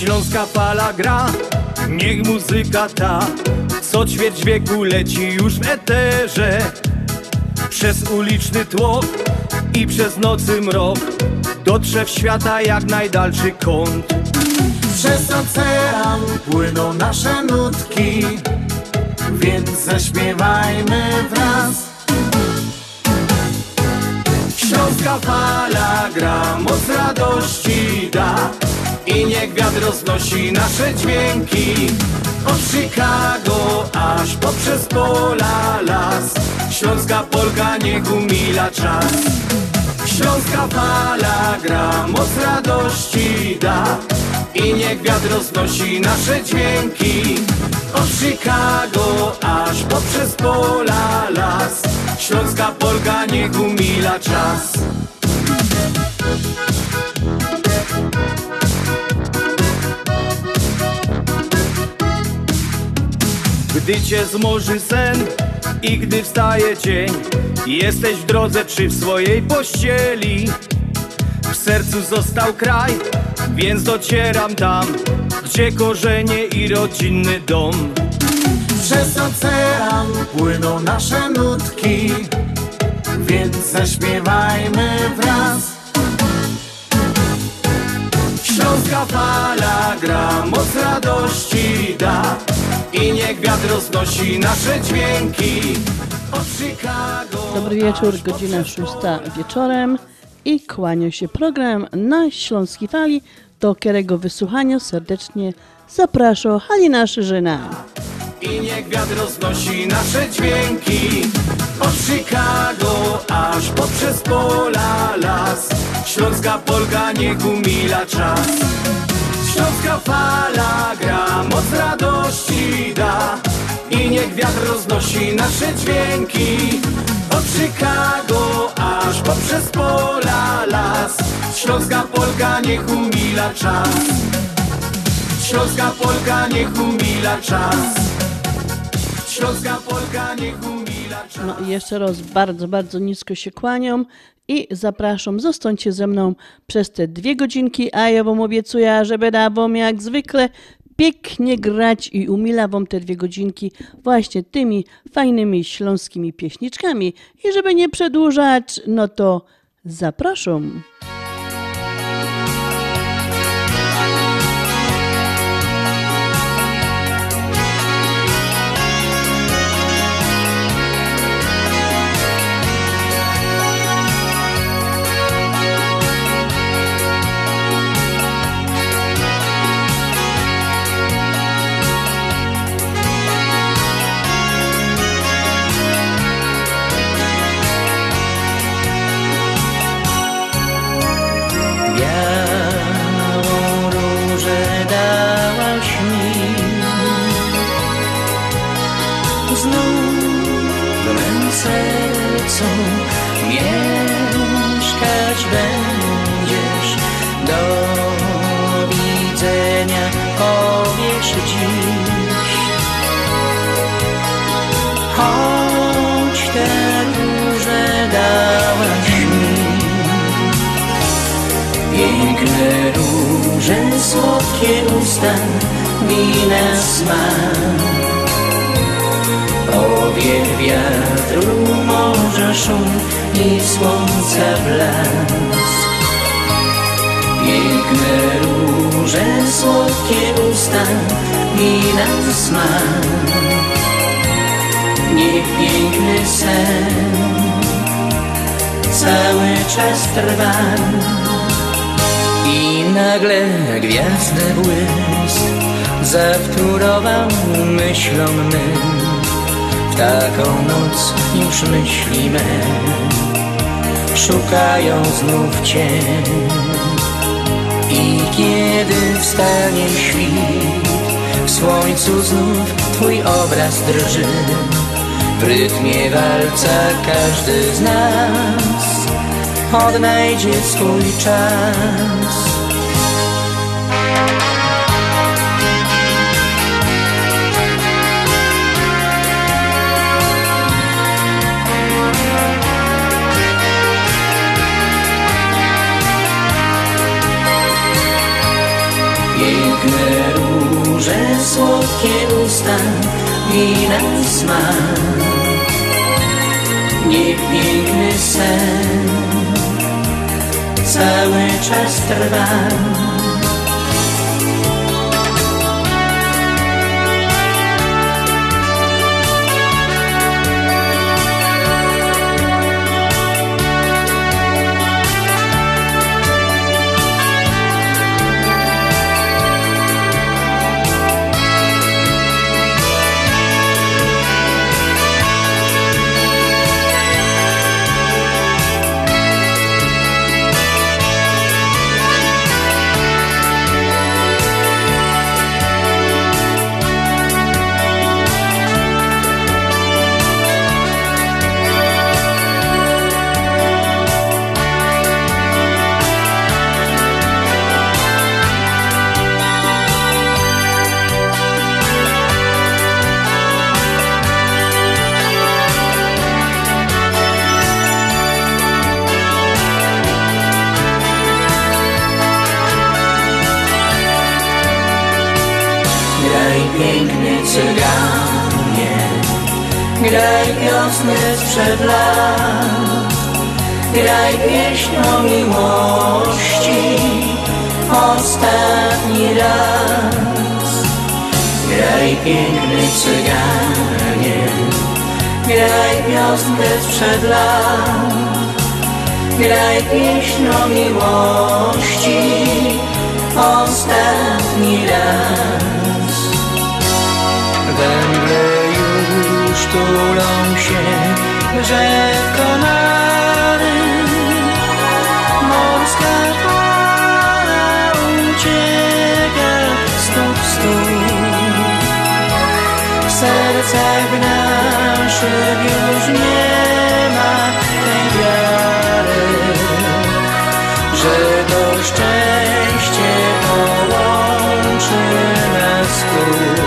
Śląska fala gra, niech muzyka ta co ćwierć wieku leci już w eterze. Przez uliczny tłok i przez nocy mrok dotrze w świata jak najdalszy kąt. Przez ocean płyną nasze nutki, więc zaśpiewajmy wraz. Śląska fala gra, moc radości da i niech wiatr roznosi nasze dźwięki. Od Chicago aż poprzez pola, las, śląska polka niech umila czas. Śląska fala gra, moc radości da i niech wiatr roznosi nasze dźwięki. Od Chicago aż poprzez pola, las, śląska polka niech umila czas. Gdy cię zmoży sen i gdy wstaje dzień, jesteś w drodze czy w swojej pościeli. W sercu został kraj, więc docieram tam, gdzie korzenie i rodzinny dom. Przez ocean płyną nasze nutki, więc zaśpiewajmy wraz. Śląska fala gra, moc radości da i niech wiatr roznosi nasze dźwięki. Od Chicago. Dobry wieczór, godzina 6 wieczorem i kłania się program na Śląskiej Fali, do którego wysłuchania serdecznie zaprasza Halina Szyżyna. I niech wiatr roznosi nasze dźwięki. Od Chicago aż poprzez pola, las, śląska polka niech umila czas. Śląska fala gra, moc radości da i niech wiatr roznosi nasze dźwięki. Od Chicago aż poprzez pola, las, śląska polka niech umila czas. Śląska polka niech umila czas. Śląska polka niech umila czas. No i jeszcze raz bardzo, bardzo nisko się kłaniam i zapraszam, zostańcie ze mną przez te 2 godzinki, a ja wam obiecuję, że będę wam jak zwykle pięknie grać i umila wam te 2 godzinki właśnie tymi fajnymi śląskimi pieśniczkami. I żeby nie przedłużać, no to zapraszam. Sercu mieszkać będziesz, do widzenia powiesz dziś. Choć te róże dałaś mi, piękne róże, słodkie usta, minę smak. Powiew wiatru, morza szum i słońca blask. Piękne róże, słodkie usta, mina smak. Niech piękny sen cały czas trwa i nagle gwiazdy błysk zawtórował myślom mym. W taką noc już myślimy, szukają znów Cię. I kiedy wstanie świt, w słońcu znów Twój obraz drży. W rytmie walca każdy z nas odnajdzie swój czas. piękne róże, słodkie usta, wina smak. Niech piękny sen cały czas trwa. Pięknie cyganie, graj wiosny sprzed lat, graj pieśń o miłości ostatni raz. Graj piękny cyganie, graj wiosnę sprzed lat, graj pieśń o miłości ostatni raz. Węgle już tulą się brzeg konary, morska fala ucieka stóp w stóp. W sercach naszych już nie ma tej wiary, że to szczęście połączy nas tu.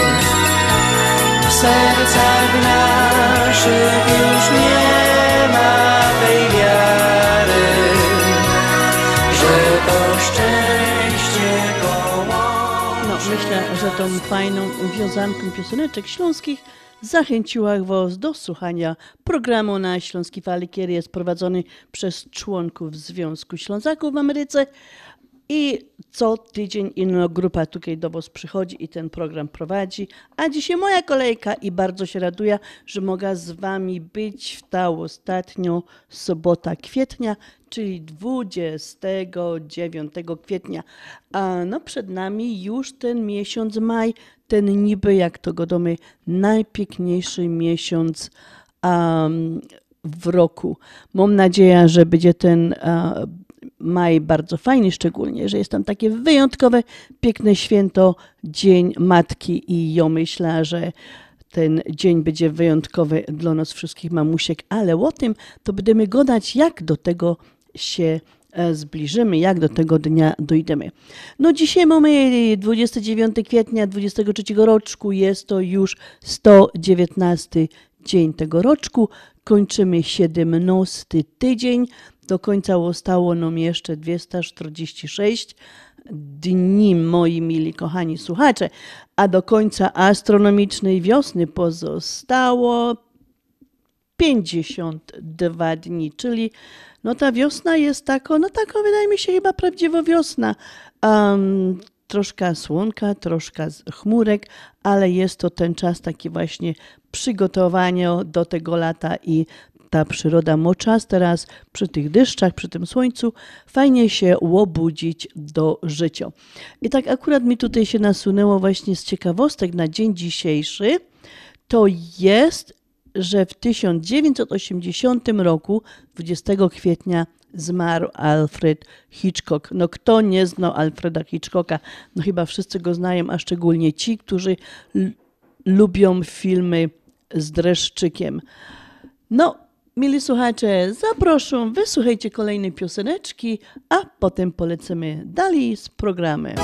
W sercach naszych już nie ma tej wiary, że to szczęście połączy. No, myślę, że tą fajną wiązanką pioseneczek śląskich zachęciła Was do słuchania programu na Śląskiej Fali, który jest prowadzony przez członków Związku Ślązaków w Ameryce. I co tydzień inna grupa tutaj do Was przychodzi i ten program prowadzi. A dzisiaj moja kolejka i bardzo się raduję, że mogę z Wami być w ta ostatnią sobota kwietnia, czyli 29 kwietnia. A no przed nami już ten miesiąc maj, ten niby, jak to godomy, najpiękniejszy miesiąc w roku. Mam nadzieję, że będzie ten maj bardzo fajny, szczególnie, że jest tam takie wyjątkowe, piękne święto, Dzień Matki i ja myślę, że ten dzień będzie wyjątkowy dla nas wszystkich mamusiek, ale o tym to będziemy gadać, jak do tego się zbliżymy, jak do tego dnia dojdziemy. No dzisiaj mamy 29 kwietnia 23 roczku, jest to już 119 dzień tego roczku, kończymy 17 tydzień, do końca zostało nam jeszcze 246 dni, moi mili kochani słuchacze, a do końca astronomicznej wiosny pozostało 52 dni, czyli no ta wiosna jest taka, wydaje mi się chyba prawdziwa wiosna. Troszkę słonka, troszkę chmurek, ale jest to ten czas taki właśnie przygotowania do tego lata i ta przyroda ma czas teraz przy tych deszczach, przy tym słońcu, fajnie się obudzić do życia. I tak akurat mi tutaj się nasunęło właśnie z ciekawostek na dzień dzisiejszy, to jest, że w 1980 roku, 20 kwietnia, zmarł Alfred Hitchcock. No kto nie znał Alfreda Hitchcocka? No chyba wszyscy go znają, a szczególnie ci, którzy lubią filmy z dreszczykiem. No, mili słuchacze, zapraszam, wysłuchajcie kolejnej pioseneczki, a potem polecimy dalej z programem.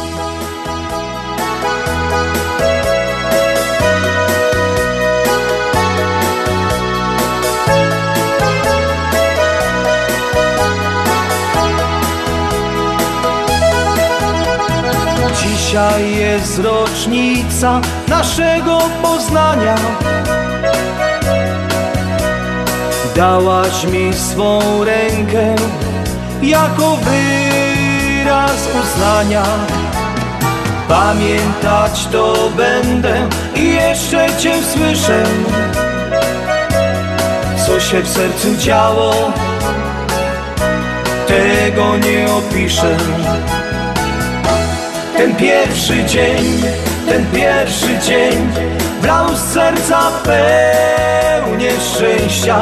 Dzisiaj jest rocznica naszego poznania. Dałaś mi swą rękę jako wyraz uznania. Pamiętać to będę i jeszcze Cię słyszę. Co się w sercu działo, tego nie opiszę. Ten pierwszy dzień wlał z serca pełnię szczęścia.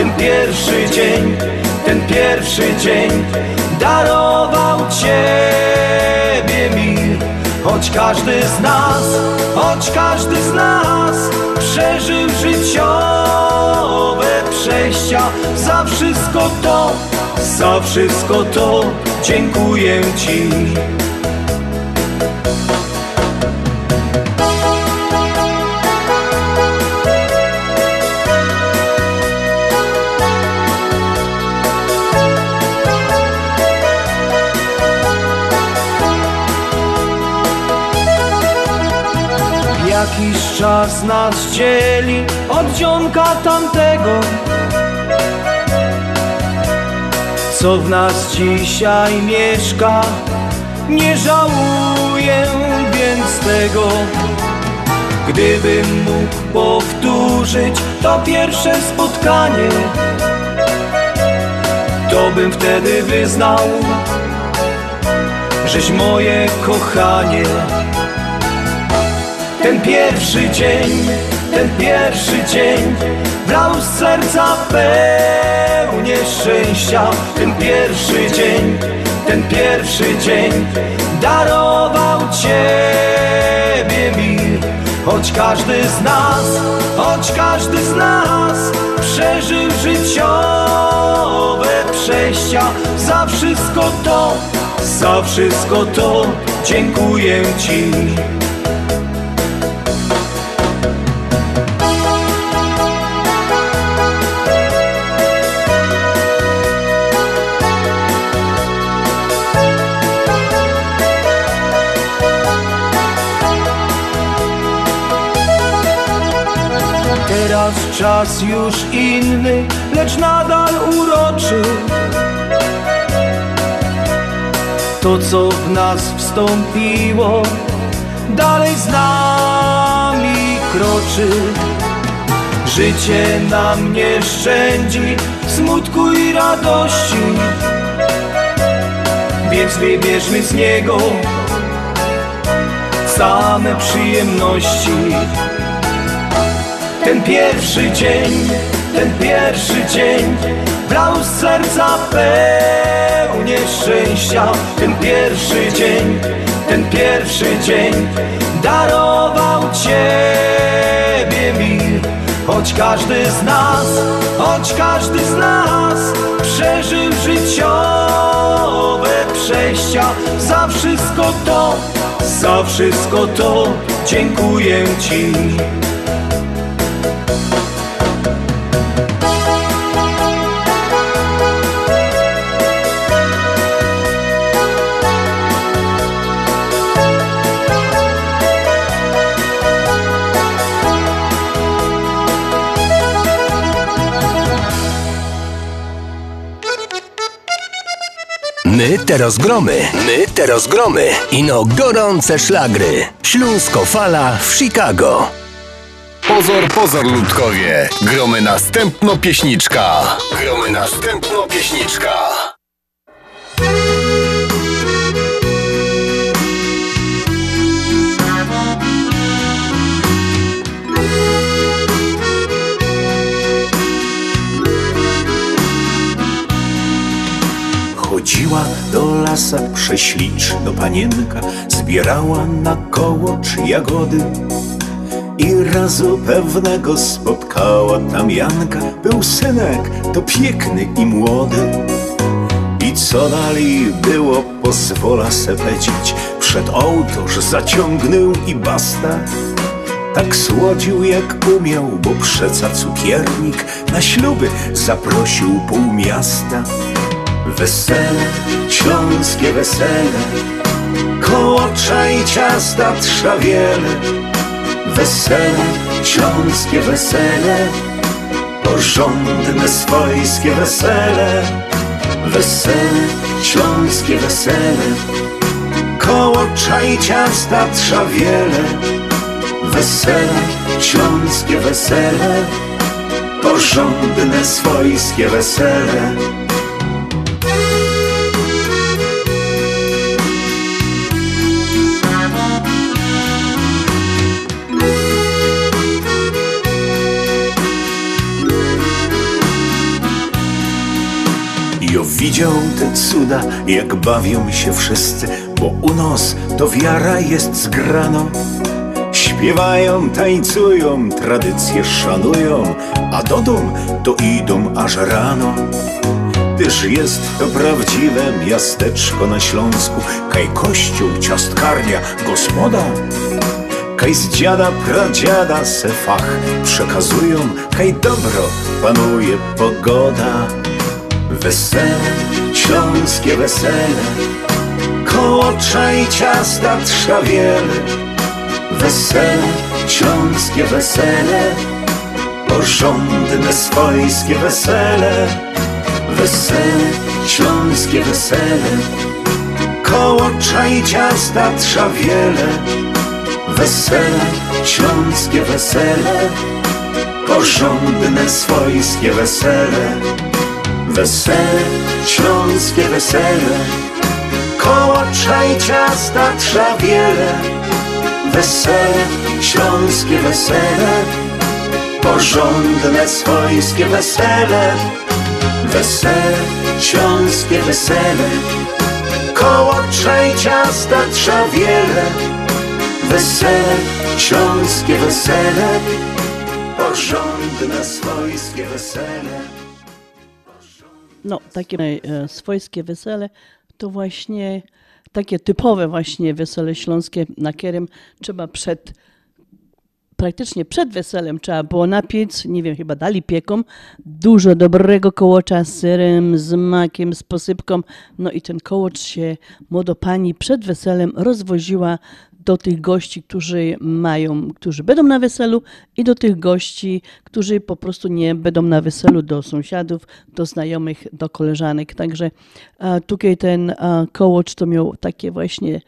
Ten pierwszy dzień darował Ciebie mi. Choć każdy z nas przeżył życiowe przejścia. Za wszystko to dziękuję Ci. Jakiś czas nas dzieli od dzionka tamtego, co w nas dzisiaj mieszka. Nie żałuję więc tego. Gdybym mógł powtórzyć to pierwsze spotkanie, to bym wtedy wyznał, żeś moje kochanie. Ten pierwszy dzień wlał z serca pełnię szczęścia. Ten pierwszy dzień darował Ciebie mi. Choć każdy z nas przeżył życiowe przejścia. Za wszystko to dziękuję Ci. Teraz czas już inny, lecz nadal uroczy. To, co w nas wstąpiło, dalej z nami kroczy. Życie nam nie szczędzi smutku i radości, więc wybierzmy z niego same przyjemności. Ten pierwszy dzień wlał z serca pełnię szczęścia. Ten pierwszy dzień darował Ciebie mi. Choć każdy z nas przeżył życiowe przejścia. Za wszystko to dziękuję Ci. My te rozgromy. Ino gorące szlagry. Śląsko Fala w Chicago. Pozor, ludkowie. Gromy następno pieśniczka. Chodziła do lasa prześliczna panienka, zbierała na kołocz jagody. I razu pewnego spotkała tam Janka. Był synek, to piękny i młody. I co dali było, pozwola se powiedzieć. Przed ołtarz zaciągnął i basta. Tak słodził jak umiał, bo przeca cukiernik na śluby zaprosił pół miasta. Wesele, śląskie wesele, kołocza i ciasta trzawiele. Wesele, śląskie wesele, porządne swojskie wesele. Wesele, śląskie wesele, kołocza i ciasta trzawiele. Wesele, śląskie wesele, porządne swojskie wesele. Jo widział te cuda, jak bawią się wszyscy, bo u nas to wiara jest zgrano. Śpiewają, tańcują, tradycje szanują, a do dom to idą aż rano. Tyż jest to prawdziwe miasteczko na Śląsku, kaj kościół, ciastkarnia, gospoda. Kaj z dziada, pradziada se fach przekazują, kaj dobro panuje pogoda. Wesele, śląskie wesele, kołocza i ciasta trzawiele. Wesele, śląskie wesele, porządne swojskie wesele. Wesele, śląskie wesele, kołocza i ciasta trzawiele. Wesele, śląskie wesele, porządne swojskie wesele. Wesele, śląskie wesele, kołocza i ciasta trzawiele. Wesele, śląskie wesele, porządne swojskie wesele. Wesele, śląskie wesele, kołocza i ciasta trzawiele. Wesele, śląskie wesele, porządne swojskie wesele. No, takie swojskie wesele to właśnie takie typowe właśnie wesele śląskie, na którym trzeba praktycznie przed weselem trzeba było napiec, nie wiem, chyba dali piekom, dużo dobrego kołocza z serem, z makiem, z posypką. No i ten kołocz się młoda pani przed weselem rozwoziła do tych gości, którzy będą na weselu, i do tych gości, którzy po prostu nie będą na weselu, do sąsiadów, do znajomych, do koleżanek. Także tutaj ten kołocz to miał takie właśnie,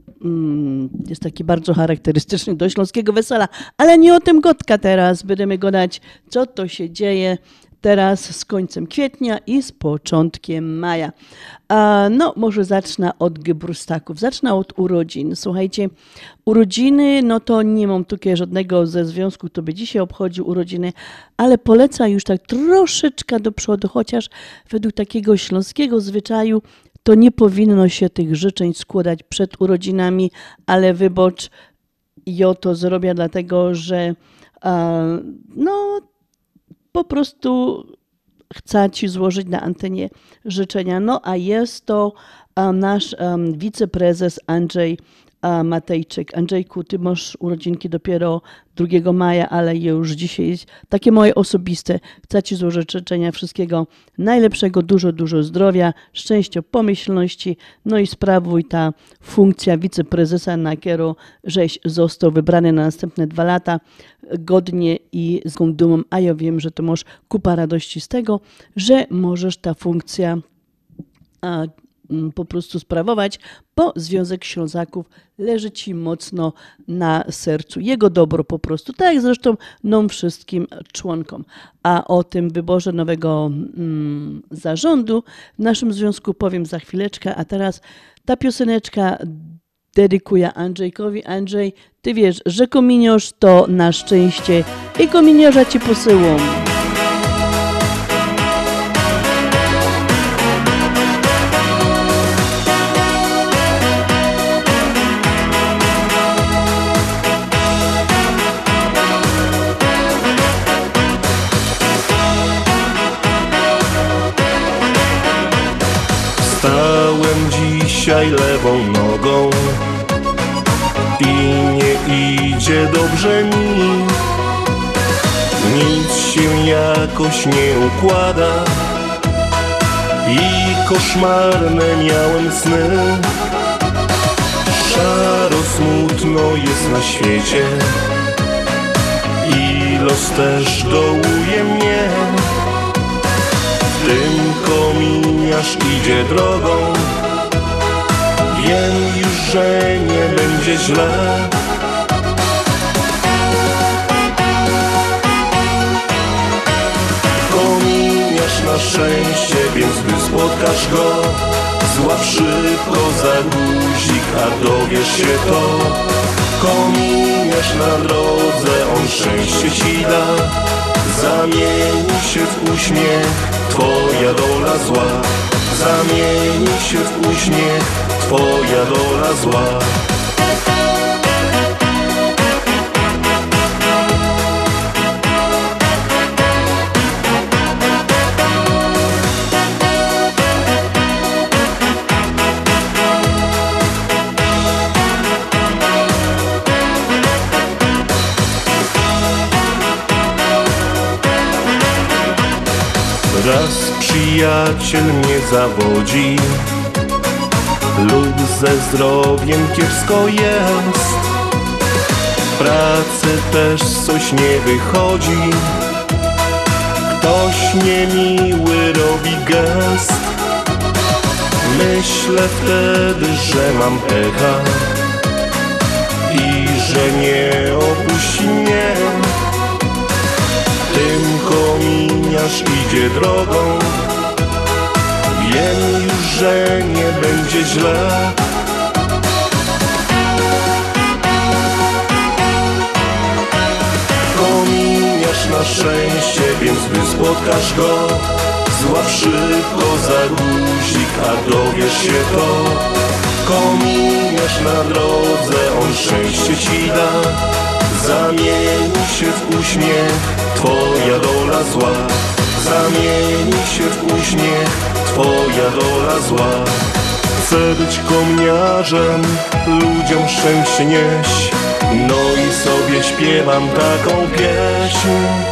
jest taki bardzo charakterystyczny do śląskiego wesela. Ale nie o tym gotka teraz. Będziemy gadać, co to się dzieje teraz z końcem kwietnia i z początkiem maja. No, może zacznę od gebrustaków. Zacznę od urodzin. Słuchajcie, urodziny, no to nie mam tutaj żadnego ze związku, kto by dzisiaj obchodził urodziny, ale polecam już tak troszeczkę do przodu, chociaż według takiego śląskiego zwyczaju to nie powinno się tych życzeń składać przed urodzinami, ale wybacz, ja to zrobię dlatego, że no po prostu chcę Ci złożyć na antenie życzenia. No a jest to nasz wiceprezes Andrzej Matejczyk. Andrzejku, Ty masz urodzinki dopiero 2 maja, ale już dzisiaj takie moje osobiste. Chcę Ci złożyć życzenia wszystkiego najlepszego, dużo zdrowia, szczęścia, pomyślności, no i sprawuj ta funkcja wiceprezesa, na którą żeś został wybrany na następne 2 lata godnie i z dumą, a ja wiem, że to masz kupa radości z tego, że możesz ta funkcja po prostu sprawować, bo Związek Ślązaków leży Ci mocno na sercu. Jego dobro po prostu, tak jak zresztą nam wszystkim członkom. A o tym wyborze nowego zarządu w naszym związku powiem za chwileczkę, a teraz ta pioseneczka dedykuję Andrzejkowi. Andrzej, Ty wiesz, że kominiarz to na szczęście i kominiarza Ci posyłam. Stałem dzisiaj lewą nogą i nie idzie dobrze mi. Nic się jakoś nie układa i koszmarne miałem sny. na świecie i los też dołuje mnie. W tym kominiarz idzie drogą, wiem już, że nie będzie źle. Kominiarz na szczęście, więc gdy spotkasz go, złap szybko za guzik, a dowiesz się to. Kominiarz na drodze, on szczęście ci da, zamieni się w uśmiech twoja dola zła. Zamieni się w uśmiech twoja dola zła. Raz przyjaciel mnie zawodzi lub ze zdrowiem kiepsko jest. W pracy też coś nie wychodzi, ktoś niemiły robi gest. Myślę wtedy, że mam pecha i że nie opuści mnie. Tym kominiarz idzie drogą, wiem już, że nie będzie źle. Kominiarz na szczęście, więc gdy spotkasz go, złap szybko za guzik, a dowiesz się to. Kominiarz na drodze, on szczęście ci da, zamieni się w uśmiech twoja dola zła. Zamieni się w uśmiech twoja dola zła. Chcę być kominiarzem, ludziom szczęście nieść, no i sobie śpiewam taką pieśń.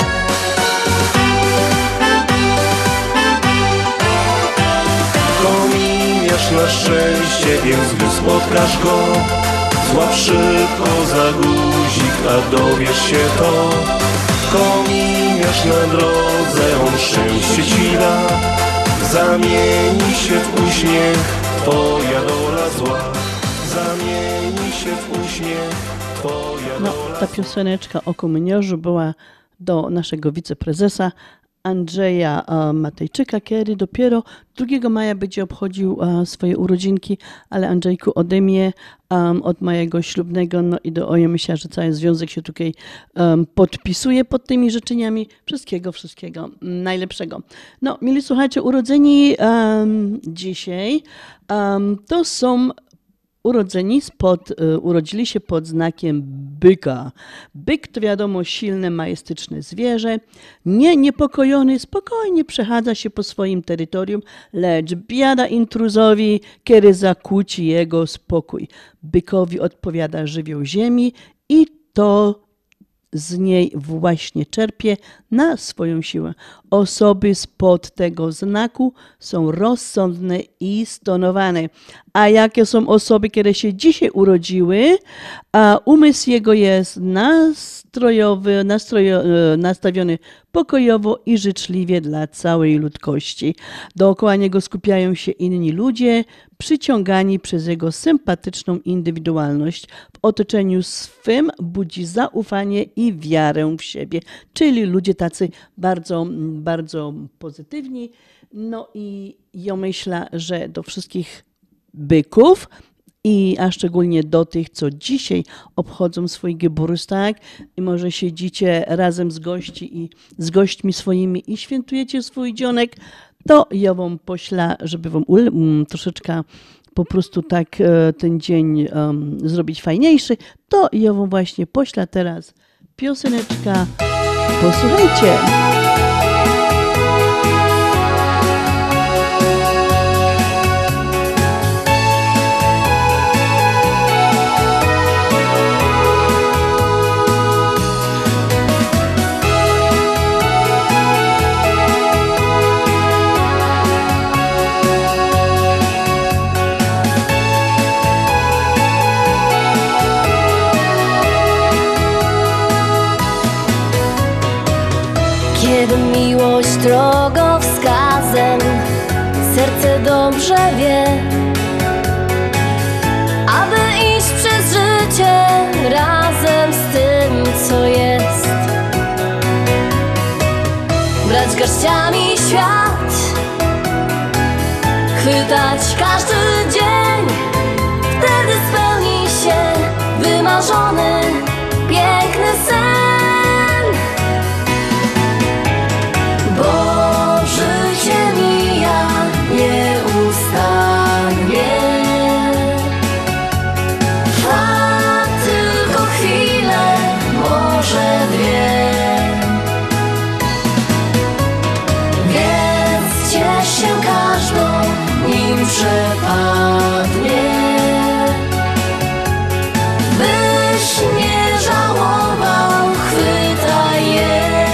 Kominiarz na szczęście, więc gdy spotkasz go, złap szybko za guzik, a dowiesz się to. Kominiarz na drodze, on szczęście ci da, zamieni się w uśmiech twoja dola zła. Zamieni się w uśmiech twoja dola zła. Ta pioseneczka o kominiarzu była do naszego wiceprezesa Andrzeja Matejczyka, który dopiero 2 maja będzie obchodził swoje urodzinki, ale Andrzejku ode mnie, od mojego ślubnego, no i do Oje, myślę, że cały związek się tutaj podpisuje pod tymi życzeniami. Wszystkiego najlepszego. No, mili słuchajcie, urodzeni dzisiaj to są urodzili się pod znakiem byka. Byk to wiadomo silne, majestyczne zwierzę. Niepokojony, spokojnie przechadza się po swoim terytorium, lecz biada intruzowi, kiedy zakłóci jego spokój. Bykowi odpowiada żywioł ziemi i to z niej właśnie czerpie na swoją siłę. Osoby spod tego znaku są rozsądne i stonowane. A jakie są osoby, które się dzisiaj urodziły? A umysł jego jest nastawiony pokojowo i życzliwie dla całej ludzkości. Dookoła niego skupiają się inni ludzie, przyciągani przez jego sympatyczną indywidualność. W otoczeniu swym budzi zaufanie i wiarę w siebie, czyli ludzie tacy bardzo pozytywni. No i ja myślę, że do wszystkich byków, a szczególnie do tych, co dzisiaj obchodzą swój Geburtstag i może siedzicie razem z gośćmi swoimi i świętujecie swój dzionek, to ja wam poślę, żeby wam troszeczkę po prostu tak ten dzień zrobić fajniejszy, to ja wam właśnie poślę teraz pioseneczka. Posłuchajcie. kiedy miłość drogowskazem, serce dobrze wie, aby iść przez życie razem z tym, co jest. Brać garściami świat, chwytać każdy dzień, wtedy spełni się wymarzony, piękny sen. Bo życie mija nieustannie, trwa tylko chwilę, może dwie. Więc ciesz się każdą, nim przepadnie, byś nie żałował, chwytaj je.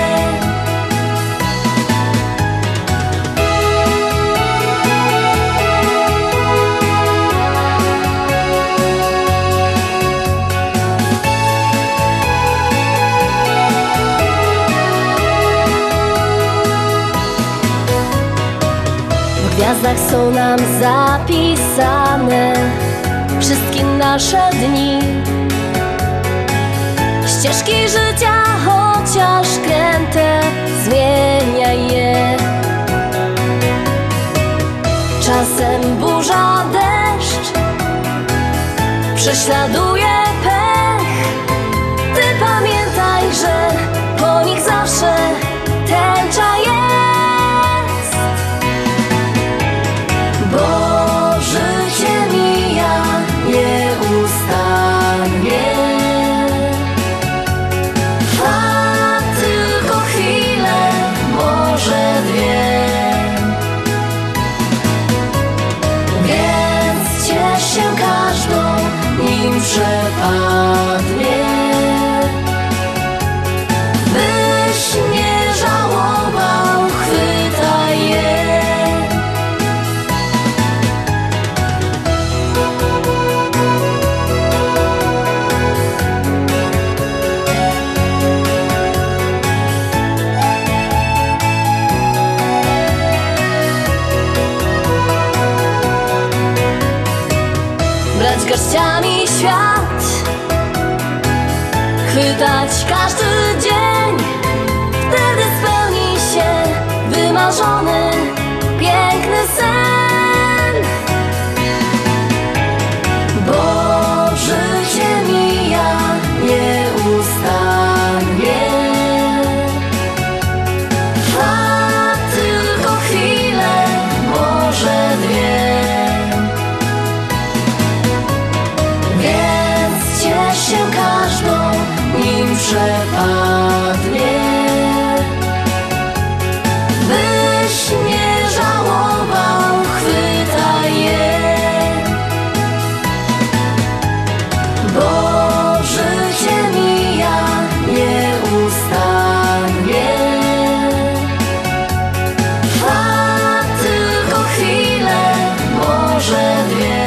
W gwiazdach są nam zapisane wszystkie nasze dni, ścieżki życia, chociaż kręte, zmieniaj je. Czasem burza, deszcz prześladuje pech. Ty pamiętaj, że po nich zawsze tęcza jest. Bo życie mija nieustannie, trwa tylko chwilę, może dwie. Więc ciesz się każdą, nim przepadnie, byś nie żałował, chwytaj je. Brać garściami świat, chwytać każdy dzień, wtedy spełni się wymarzony, piękny sen. Bo życie mija nieustannie, trwa tylko chwilę, może dwie. Więc ciesz się każdą, nim przepadnie, byś nie żałował, chwytaj je. Bo życie mija nieustannie, trwa tylko chwilę, może dwie.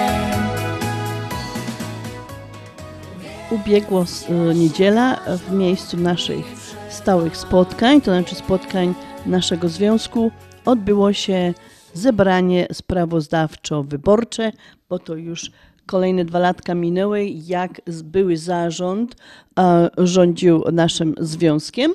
Ubiegła niedziela w miejscu naszych stałych spotkań, to znaczy spotkań naszego związku, odbyło się zebranie sprawozdawczo-wyborcze, bo to już kolejne 2 latka minęły, jak były zarząd rządził naszym związkiem,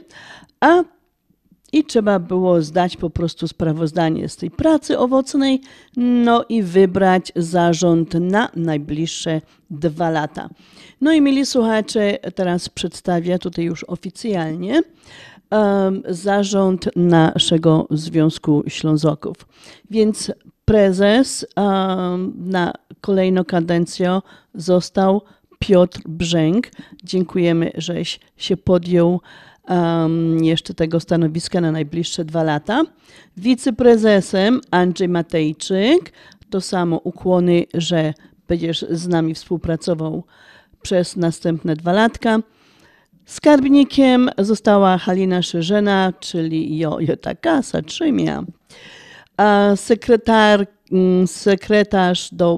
i trzeba było zdać po prostu sprawozdanie z tej pracy owocnej, no i wybrać zarząd na najbliższe 2 lata. No i mili słuchacze, teraz przedstawię tutaj już oficjalnie zarząd naszego Związku Ślązoków. Więc prezes na kolejną kadencję został Piotr Brzęk. Dziękujemy, żeś się podjął jeszcze tego stanowiska na najbliższe 2 lata. Wiceprezesem Andrzej Matejczyk. To samo ukłony, że będziesz z nami współpracował przez następne 2 latka. Skarbnikiem została Halina Szyżena, czyli Jota Kasa, Trzymia. Sekretarz do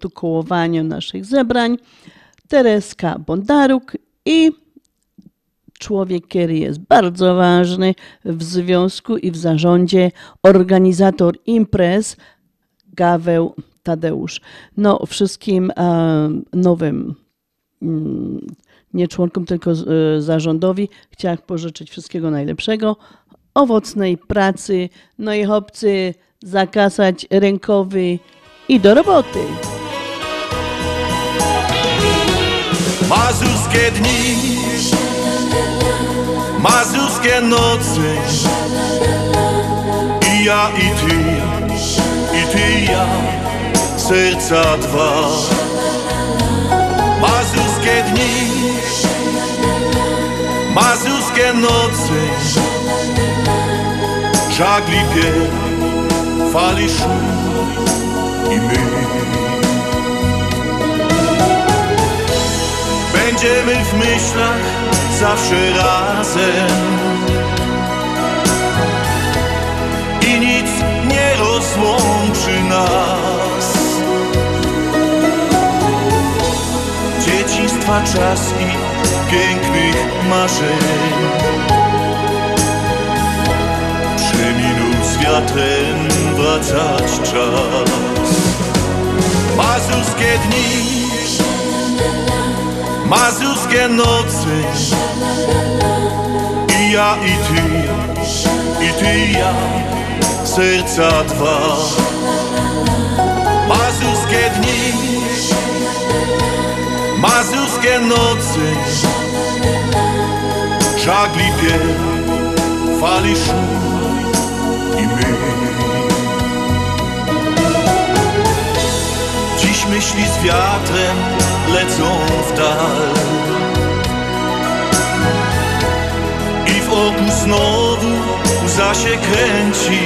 protokołowania naszych zebrań Tereska Bondaruk i człowiek, który jest bardzo ważny w związku i w zarządzie, organizator imprez, Gaweł Tadeusz. No, wszystkim nowym, nie członkom, tylko zarządowi chciałam pożyczyć wszystkiego najlepszego, owocnej pracy, no i chłopcy zakasać rękowy i do roboty. Mazurskie dni, mazurskie nocy, i ja, i ty i ja, serca dwa. Mazurskie dni, mazurskie nocy, żagli pier, fali szum i my. Będziemy w myślach zawsze razem i nic nie rozłączy nas. Dzieciństwa czas i pięknych marzeń przeminął z wiatrem, wracać czas. Mazurskie dni, mazurskie nocy, i ja, i ty i ja, serca dwa. Mazurskie dni, mazurskie nocy, żagli pier, fali szum i my. Dziś myśli z wiatrem lecą w dal i w oku znowu łza się kręci.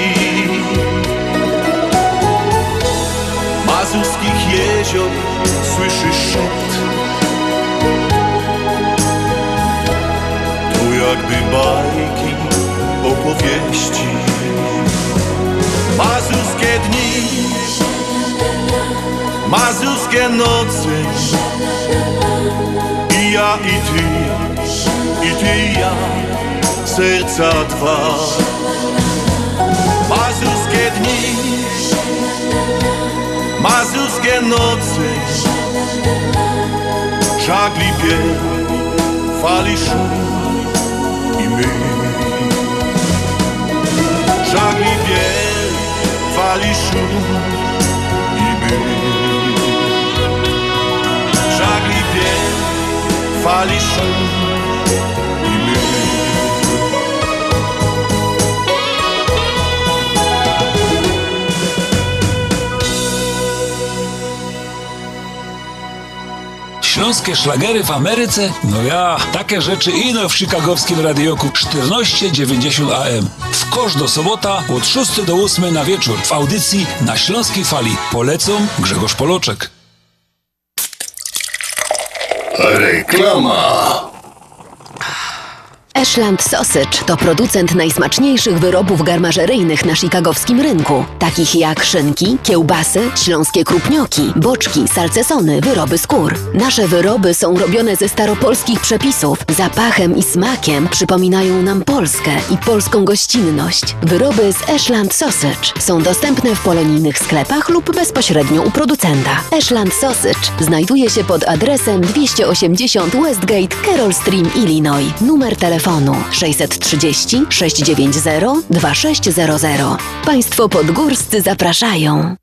Mazurskich jezior słyszysz szept, to jakby bajki, opowieści. Mazurskie dni, mazurskie nocy, i ja, i ty i ja, serca dwa. Mazurskie dni, mazurskie nocy, żagli pier, fali szum i my. Żagli pier, fali szum i my. Żagli pier, fali szum i my. Śląskie szlagery w Ameryce? No ja, takie rzeczy ino w chicagowskim radioku 1490 AM. W każdą sobota od 6 do 8 na wieczór w audycji na Śląskiej Fali. Polecą Grzegorz Poloczek. Reklama. Ashland Sausage to producent najsmaczniejszych wyrobów garmażeryjnych na chicagowskim rynku, takich jak szynki, kiełbasy, śląskie krupnioki, boczki, salcesony, wyroby skór. Nasze wyroby są robione ze staropolskich przepisów. Zapachem i smakiem przypominają nam Polskę i polską gościnność. Wyroby z Ashland Sausage są dostępne w polonijnych sklepach lub bezpośrednio u producenta. Ashland Sausage znajduje się pod adresem 280 Westgate, Carroll Stream, Illinois. Numer telefonu 630 690 2600. Państwo podgórscy zapraszają.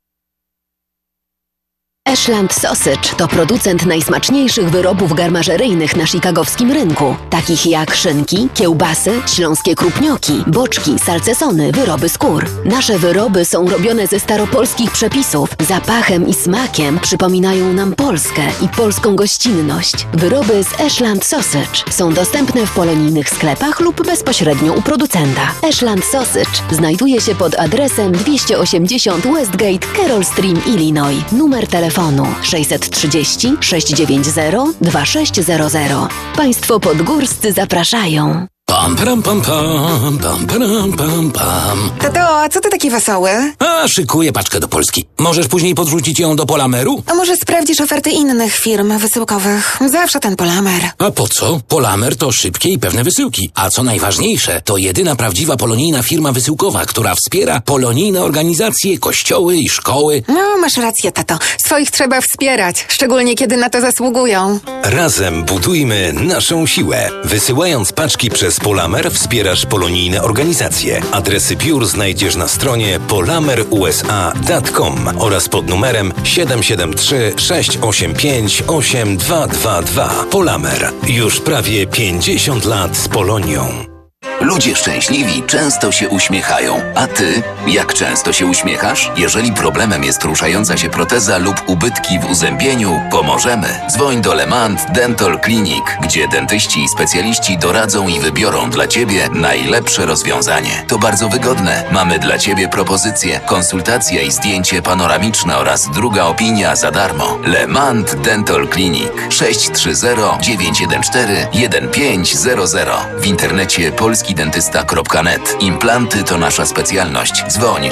Ashland Sausage to producent najsmaczniejszych wyrobów garmażeryjnych na chicagowskim rynku, takich jak szynki, kiełbasy, śląskie krupnioki, boczki, salcesony, wyroby skór. Nasze wyroby są robione ze staropolskich przepisów. Zapachem i smakiem przypominają nam Polskę i polską gościnność. Wyroby z Ashland Sausage są dostępne w polonijnych sklepach lub bezpośrednio u producenta. Ashland Sausage znajduje się pod adresem 280 Westgate, Carroll Stream, Illinois. Numer telefonu 630 690 2600. Państwo podgórscy zapraszają. Pam, pam, pam, pam, pam, pam, pam, pam. Tato, a co ty taki wesoły? A, szykuję paczkę do Polski. Możesz później podrzucić ją do Polameru? A może sprawdzisz oferty innych firm wysyłkowych? Zawsze ten Polamer. A po co? Polamer to szybkie i pewne wysyłki. A co najważniejsze, to jedyna prawdziwa polonijna firma wysyłkowa, która wspiera polonijne organizacje, kościoły i szkoły. No, masz rację, tato. Swoich trzeba wspierać, szczególnie kiedy na to zasługują. Razem budujmy naszą siłę. Wysyłając paczki przez Polamer wspierasz polonijne organizacje. Adresy biur znajdziesz na stronie polamerusa.com oraz pod numerem 773 685 8222. Polamer. Już prawie 50 lat z Polonią. Ludzie szczęśliwi często się uśmiechają. A ty? Jak często się uśmiechasz? Jeżeli problemem jest ruszająca się proteza lub ubytki w uzębieniu, pomożemy. Dzwoń do Lemant Dental Clinic, gdzie dentyści i specjaliści doradzą i wybiorą dla ciebie najlepsze rozwiązanie. To bardzo wygodne. Mamy dla ciebie propozycje, konsultacja i zdjęcie panoramiczne oraz druga opinia za darmo. Lemant Dental Clinic 630-914-1500. W internecie polskidentysta.net. Implanty to nasza specjalność. Dzwoń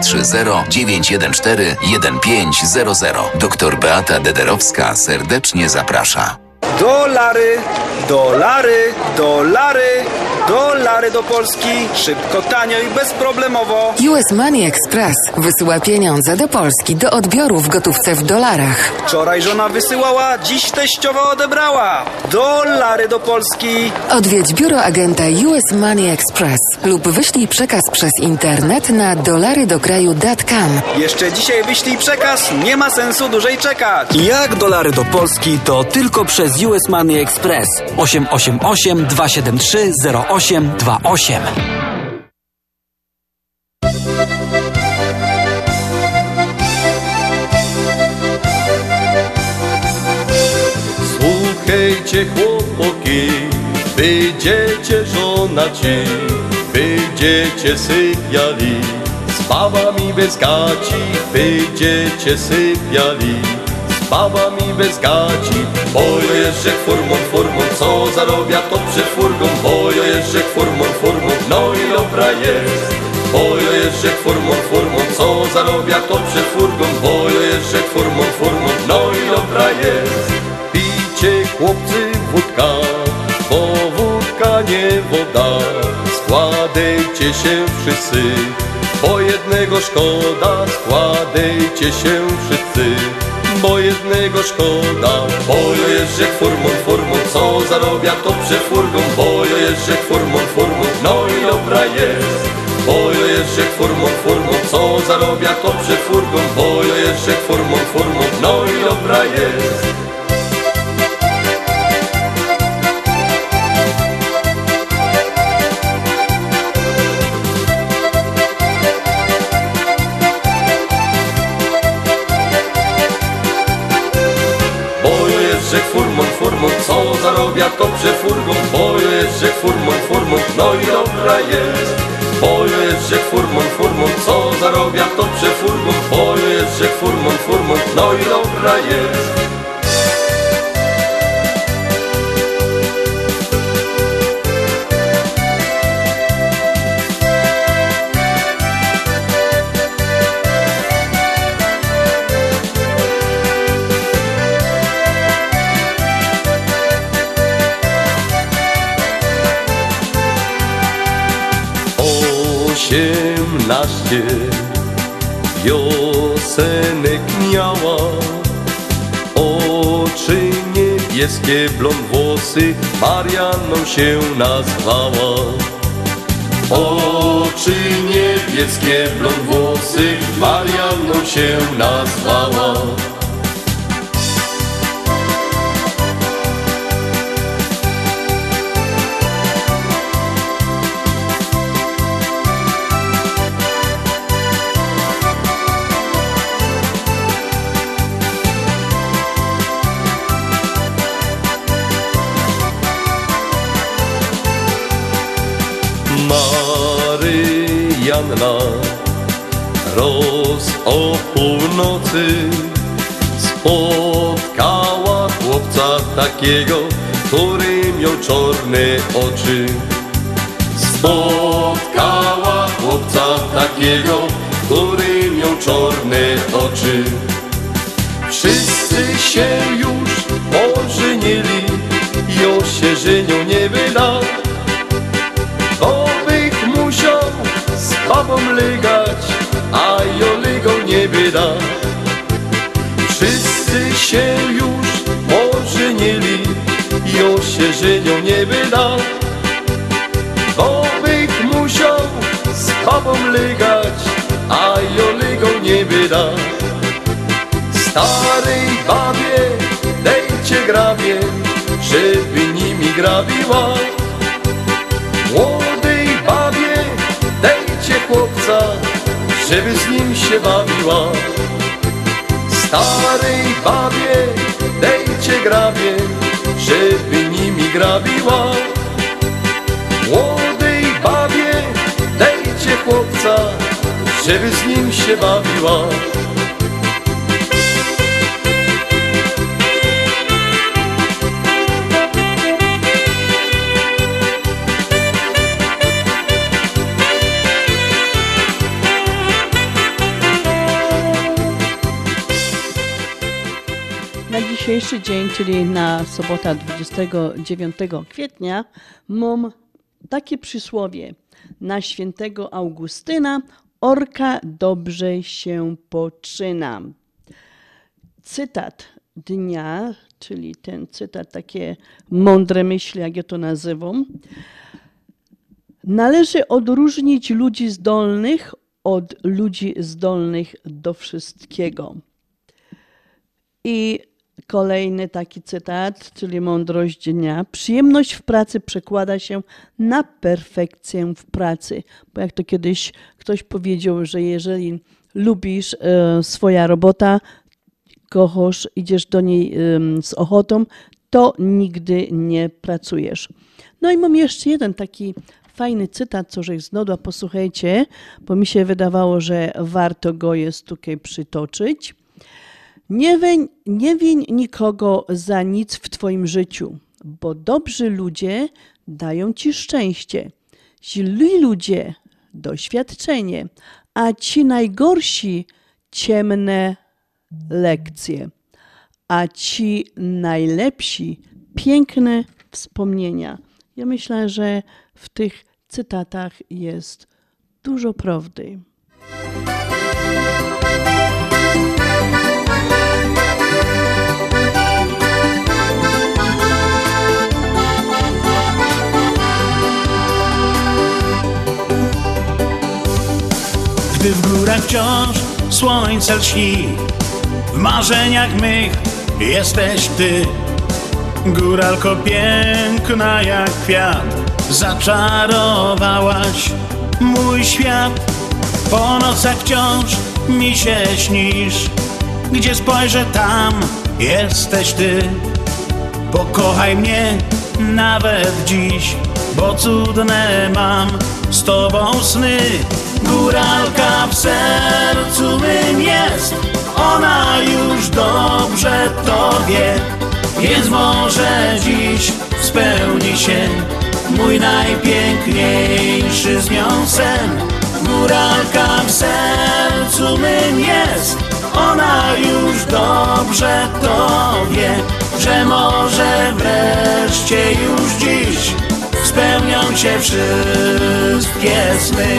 630-914-1500. Doktor Beata Dederowska serdecznie zaprasza. Dolary, dolary, dolary, dolary do Polski. Szybko, tanio i bezproblemowo. US Money Express wysyła pieniądze do Polski do odbioru w gotówce w dolarach. Wczoraj żona wysyłała, dziś teściowa odebrała. Dolary do Polski. Odwiedź biuro agenta US Money Express lub wyślij przekaz przez internet na dolarydokraju.com. Jeszcze dzisiaj wyślij przekaz, nie ma sensu dłużej czekać. Jak dolary do Polski, to tylko przez US Money Express 888 273 0828. Słuchajcie chłopaki, wyjdziecie żonaci, wyjdziecie sypiali, z babami bez gaci, wyjdziecie sypiali. Babami bez gaci, bo jeżdżę formą, co zarobia to przed furgą, bo jeżdżę formą, no i dobra jest. Bo jeżdżę formą, co zarobia to przed furgą, bo jeżdżę formą, no i dobra jest. Pijcie chłopcy wódka, bo wódka nie woda, składajcie się wszyscy, bo jednego szkoda, składajcie się wszyscy. Bo jednego szkoda, bo jeżdżę formą, co zarobia to przed furgą, bo jeżdżę formą, no i dobra jest. Bo jeżdżę formą, co zarobia to przed furgą, bo jeżdżę formą, no i dobra jest. Formą, co zarobia to przed furgą, bo jeżdżę formą, no i dobra jest. Bo jeżdżę formą, co zarobia to przed furgą, bo jeżdżę formą, no i dobra jest. Osiemnaście wiosenek miała, oczy niebieskie, blond włosy, Marianną się nazwała. Oczy niebieskie, blond włosy, Marianną się nazwała. Maryjanna roz o północy spotkała chłopca takiego, który miał czarne oczy. Spotkała chłopca takiego, który miał czarne oczy. Wszyscy się już ożenili, jo się żenią nie wyda, bo bych musiał z babą legać, a jo legał nie wyda. Wszyscy się już ożenili, jo się żenią nie wyda, bo bych musiał z babą legać, a jo legał nie wyda. Starej babie dejcie grabie, żeby nimi grabiła. Młodej babie dejcie chłopca, żeby z nim się bawiła. Starej babie dejcie grabie, żeby nimi grabiła. Młodej babie dejcie chłopca, żeby z nim się bawiła. Na dzisiejszy dzień, czyli na sobota 29 kwietnia, mam takie przysłowie. Na świętego Augustyna orka dobrze się poczyna. Cytat dnia, czyli ten cytat, takie mądre myśli, jak ja to nazywam. Należy odróżnić ludzi zdolnych od ludzi zdolnych do wszystkiego. I kolejny taki cytat, czyli mądrość dnia. Przyjemność w pracy przekłada się na perfekcję w pracy. Bo jak to kiedyś ktoś powiedział, że jeżeli lubisz swoja robota, kochasz, idziesz do niej z ochotą, to nigdy nie pracujesz. No i mam jeszcze jeden taki fajny cytat, co żeś znodła, posłuchajcie, bo mi się wydawało, że warto go jest tutaj przytoczyć. Nie wiń nikogo za nic w twoim życiu, bo dobrzy ludzie dają ci szczęście, źli ludzie doświadczenie, a ci najgorsi ciemne lekcje, a ci najlepsi piękne wspomnienia. Ja myślę, że w tych cytatach jest dużo prawdy. Gdy w górach wciąż słońce lśni, w marzeniach mych jesteś ty. Góralko piękna jak kwiat, zaczarowałaś mój świat. Po nocach wciąż mi się śnisz, gdzie spojrzę tam jesteś ty. Pokochaj mnie nawet dziś, bo cudne mam z tobą sny. Góralka w sercu mym jest, ona już dobrze to wie, więc może dziś spełni się mój najpiękniejszy z nią sen. Góralka w sercu mym jest, ona już dobrze to wie, że może wreszcie już dziś spełnią się wszystkie sny.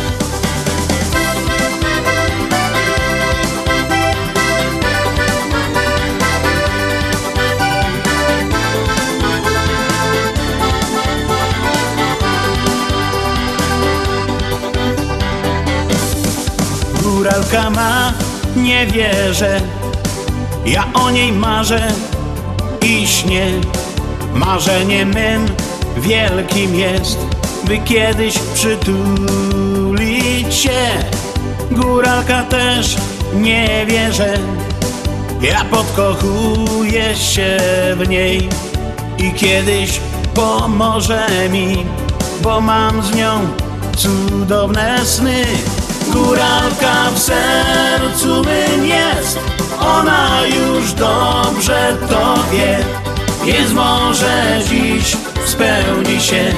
Góralka ma, nie wierzę, ja o niej marzę i śnię. Marzeniem mym wielkim jest, by kiedyś przytulić się. Góralka też nie wierzę, ja podkochuję się w niej i kiedyś pomoże mi, bo mam z nią cudowne sny. Góralka w sercu mym jest, ona już dobrze to wie, więc może dziś spełni się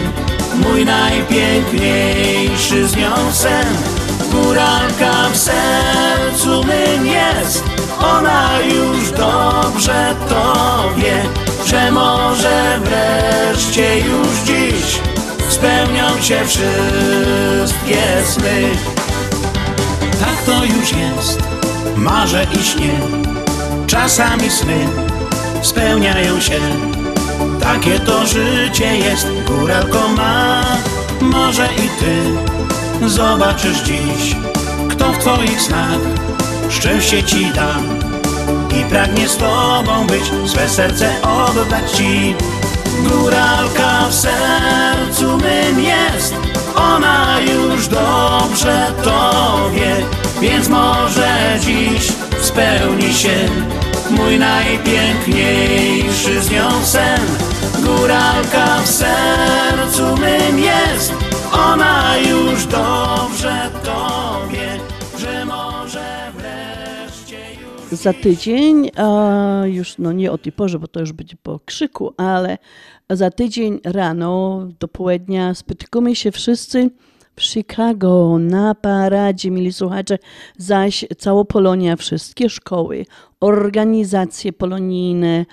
mój najpiękniejszy z nią sen. Góralka w sercu mym jest, ona już dobrze to wie, że może wreszcie już dziś spełnią się wszystkie sny. Tak to już jest, marzę i śnię, czasami sny spełniają się. Takie to życie jest, góralko ma, może i ty zobaczysz dziś, kto w twoich snach szczęście ci da i pragnie z tobą być, swe serce oddać ci. Góralka w sercu mym jest, ona już dobrze to wie, więc może dziś spełni się mój najpiękniejszy z nią sen. Góralka w sercu mym jest, ona już dobrze to wie, że może wreszcie już... Za tydzień, już no nie o tej porze, bo to już będzie po krzyku, ale za tydzień rano do południa spotykamy się wszyscy w Chicago na paradzie, mili słuchacze, zaś cała Polonia, wszystkie szkoły, organizacje polonijne,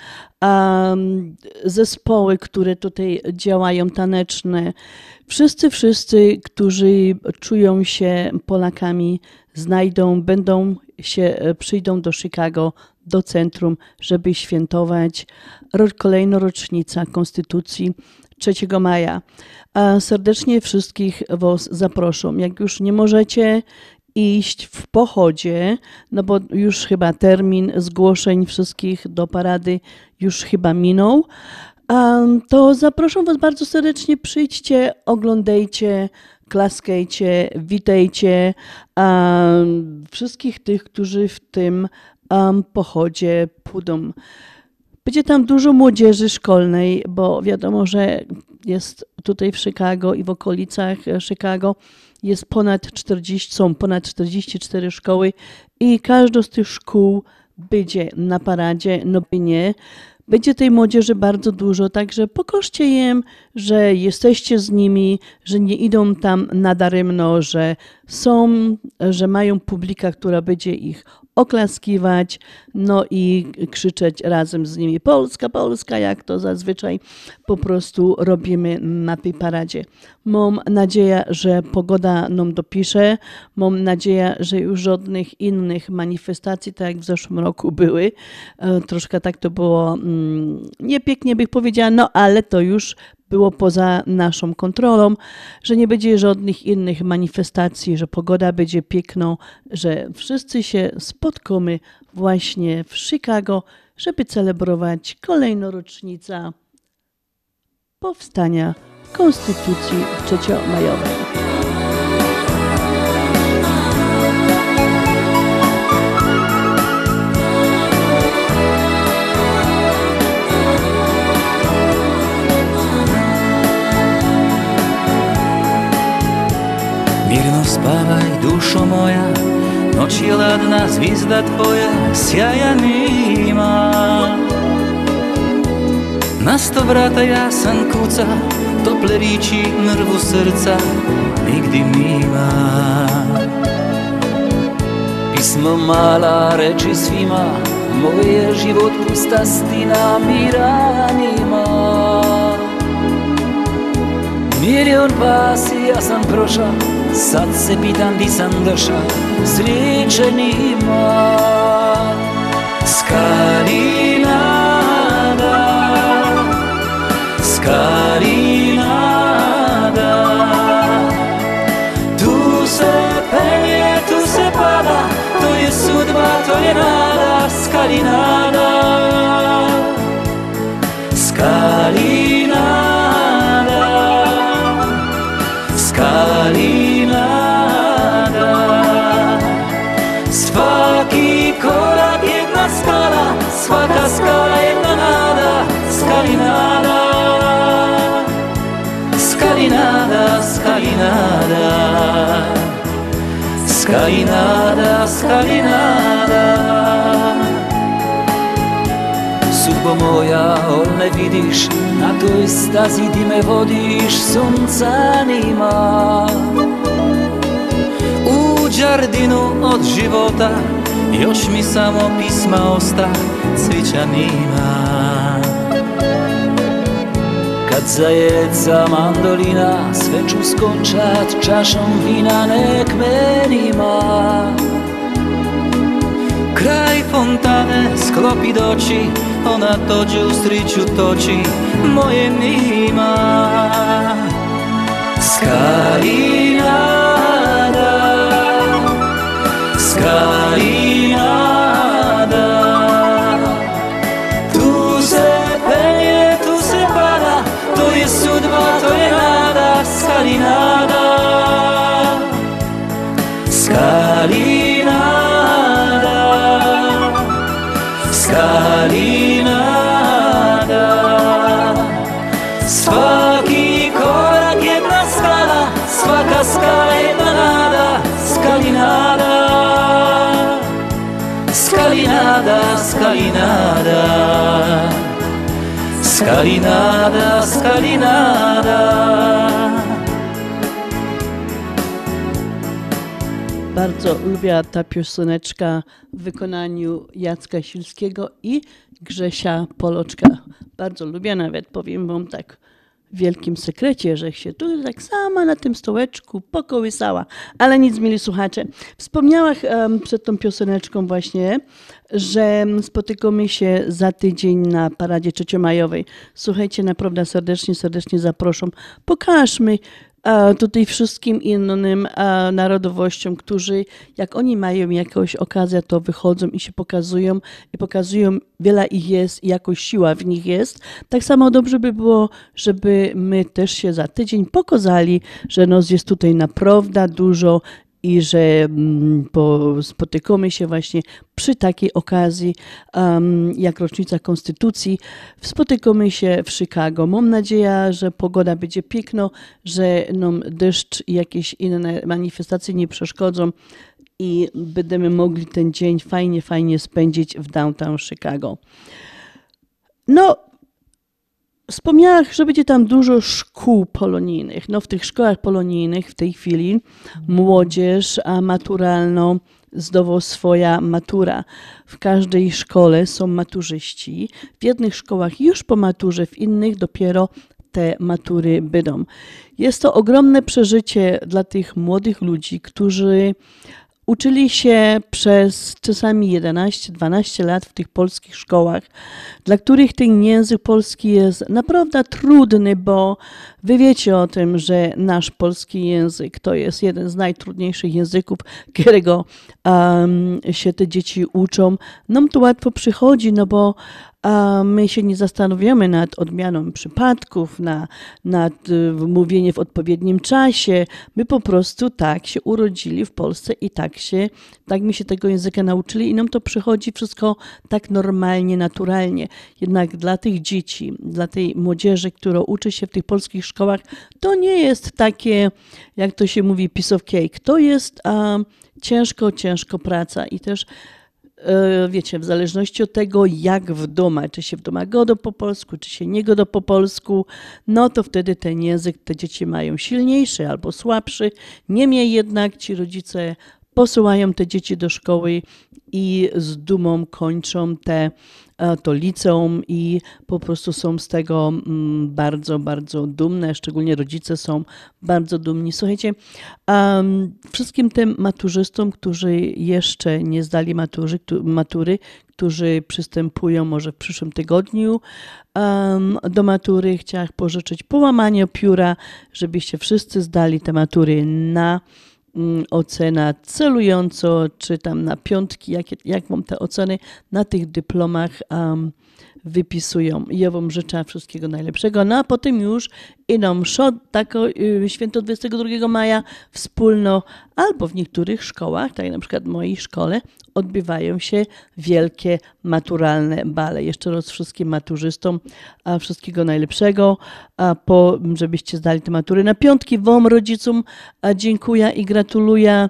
zespoły, które tutaj działają, taneczne, wszyscy, którzy czują się Polakami, przyjdą do Chicago, do centrum, żeby świętować kolejną rocznicę Konstytucji 3 maja. Serdecznie wszystkich was zaproszam. Jak już nie możecie iść w pochodzie, no bo już chyba termin zgłoszeń wszystkich do parady już chyba minął, to zapraszam was bardzo serdecznie, przyjdźcie, oglądajcie, klaskajcie, witajcie wszystkich tych, którzy w tym pochodzie pójdą. Będzie tam dużo młodzieży szkolnej, bo wiadomo, że jest tutaj w Chicago i w okolicach Chicago są ponad 44 szkoły i każda z tych szkół będzie na paradzie, no by nie. Będzie tej młodzieży bardzo dużo, także pokażcie im, że jesteście z nimi, że nie idą tam nadaremno, że mają publikę, która będzie ich oklaskiwać, no i krzyczeć razem z nimi Polska, Polska, jak to zazwyczaj po prostu robimy na tej paradzie. Mam nadzieję, że pogoda nam dopisze, mam nadzieję, że już żadnych innych manifestacji, tak jak w zeszłym roku były, troszkę tak to było niepięknie bych powiedziała, no ale to już było poza naszą kontrolą, że nie będzie żadnych innych manifestacji, że pogoda będzie piękną, że wszyscy się spotkamy właśnie w Chicago, żeby celebrować kolejną rocznicę powstania Konstytucji 3-majowej. Mirno spávaj, dušo moja, noči ladná zvizda tvoja sjajaný má. Na 100 vrata jasan kuca, tople riči mrvu srca, nigdy mima. Pismo mala reči svima, moje život pusta stina mira nima. Milion pasi ja sam prošao, sad se pitam di sam došao, sreće nima. Skarinada, skarinada, tu se penje, tu se pada, to je sudba, to je nada. Skarinada, skarinada, skarinada. Svaki korak jedna skala, svaka skala jedna nada. Skarinada, skarinada, skarinada, skarinada, skarinada. ljubo moja, ol ne vidiš, na toj stazi di me vodiš, sunca nima. U džardinu od života još mi samo pisma osta, cvića nima. Kad zajeca mandolina, sve ću skončat čašom vina, nek menima. Kraj fontane sklopi doći, ona tođe u striću toči, moje nima. Skalinada, skalinada, tu se penje, tu se pada, to je sudba, to je nada. Skalinada, skalinada, skalinada. Svaki korak jedna skala, svaka skala jedna nada. Skalinada, skalinada, skalinada, skalinada, skalinada. Bardzo lubię ta pioseneczka w wykonaniu Jacka Silskiego i Grzesia Poloczka. Bardzo lubię, nawet powiem wam tak w wielkim sekrecie, że się tu tak sama na tym stołeczku pokołysała. Ale nic, mili słuchacze. Wspomniałam przed tą pioseneczką właśnie, że spotykamy się za tydzień na paradzie trzeciomajowej. Słuchajcie, naprawdę serdecznie zapraszam. Pokażmy tutaj wszystkim innym narodowościom, którzy jak oni mają jakąś okazję, to wychodzą i się pokazują, wiele ich jest i jakoś siła w nich jest. Tak samo dobrze by było, żeby my też się za tydzień pokazali, że nas jest tutaj naprawdę dużo i że spotykamy się właśnie przy takiej okazji, jak rocznica Konstytucji. Spotykamy się w Chicago. Mam nadzieję, że pogoda będzie piękna, że nam deszcz i jakieś inne manifestacje nie przeszkodzą i będziemy mogli ten dzień fajnie spędzić w downtown Chicago. No, wspomniałam, że będzie tam dużo szkół polonijnych. No, w tych szkołach polonijnych w tej chwili młodzież maturalną zdobyła swoja matura. W każdej szkole są maturzyści. W jednych szkołach już po maturze, w innych dopiero te matury będą. Jest to ogromne przeżycie dla tych młodych ludzi, którzy uczyli się przez czasami 11-12 lat w tych polskich szkołach, dla których ten język polski jest naprawdę trudny, bo wy wiecie o tym, że nasz polski język to jest jeden z najtrudniejszych języków, którego się te dzieci uczą. Nam to łatwo przychodzi, no bo my się nie zastanawiamy nad odmianą przypadków, nad mówieniem w odpowiednim czasie. My po prostu tak się urodzili w Polsce i tak my się tego języka nauczyli i nam to przychodzi wszystko tak normalnie, naturalnie. Jednak dla tych dzieci, dla tej młodzieży, która uczy się w tych polskich szkołach, to nie jest takie, jak to się mówi, piece of cake. To jest ciężko praca i też wiecie, w zależności od tego, jak w domu, czy się w domu godo po polsku, czy się nie godo po polsku, no to wtedy ten język te dzieci mają silniejszy albo słabszy. Niemniej jednak ci rodzice posyłają te dzieci do szkoły i z dumą kończą to liceum i po prostu są z tego bardzo dumne, szczególnie rodzice są bardzo dumni. Słuchajcie, wszystkim tym maturzystom, którzy jeszcze nie zdali matury, którzy przystępują może w przyszłym tygodniu do matury, chciałam pożyczyć połamanie pióra, żebyście wszyscy zdali te matury na ocena celująco, czy tam na piątki, jak wam te oceny na tych dyplomach wypisują. Ja wam życzę wszystkiego najlepszego. No a potem już idą święto 22 maja wspólno, albo w niektórych szkołach, tak jak na przykład w mojej szkole, odbywają się wielkie maturalne bale. Jeszcze raz wszystkim maturzystom wszystkiego najlepszego, żebyście zdali te matury na piątki. Wam rodzicom dziękuję i gratuluję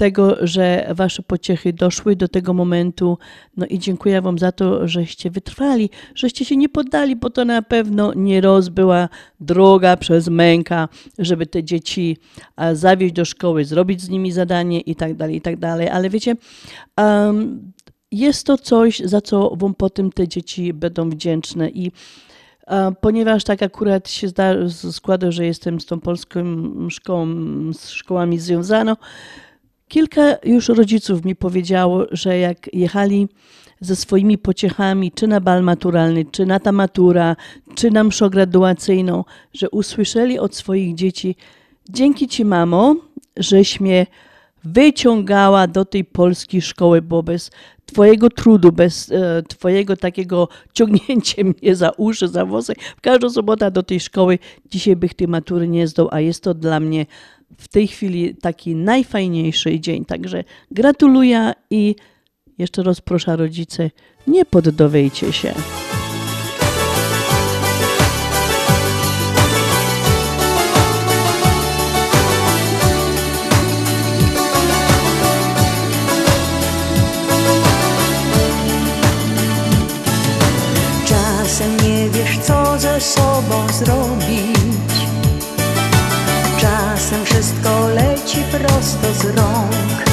tego, że wasze pociechy doszły do tego momentu. No i dziękuję wam za to, żeście wytrwali, żeście się nie poddali, bo to na pewno nie była droga przez męka, żeby te dzieci zawieźć do szkoły, zrobić z nimi zadanie i tak dalej, i tak dalej. Ale wiecie, jest to coś, za co wam potem te dzieci będą wdzięczne i ponieważ tak akurat się składa, że jestem z tą polską szkołą, z szkołami związana, kilka już rodziców mi powiedziało, że jak jechali ze swoimi pociechami, czy na bal maturalny, czy na ta matura, czy na mszę graduacyjną, że usłyszeli od swoich dzieci: dzięki ci, mamo, żeś mnie wyciągała do tej polskiej szkoły, bo bez twojego trudu, bez twojego takiego ciągnięcia mnie za uszy, za włosy, w każdą sobotę do tej szkoły, dzisiaj bych tej matury nie zdał, a jest to dla mnie w tej chwili taki najfajniejszy dzień. Także gratuluję i jeszcze raz proszę rodzice, nie poddawajcie się. Czasem nie wiesz, co ze sobą zrobić. Czasem wszystko leci prosto z rąk.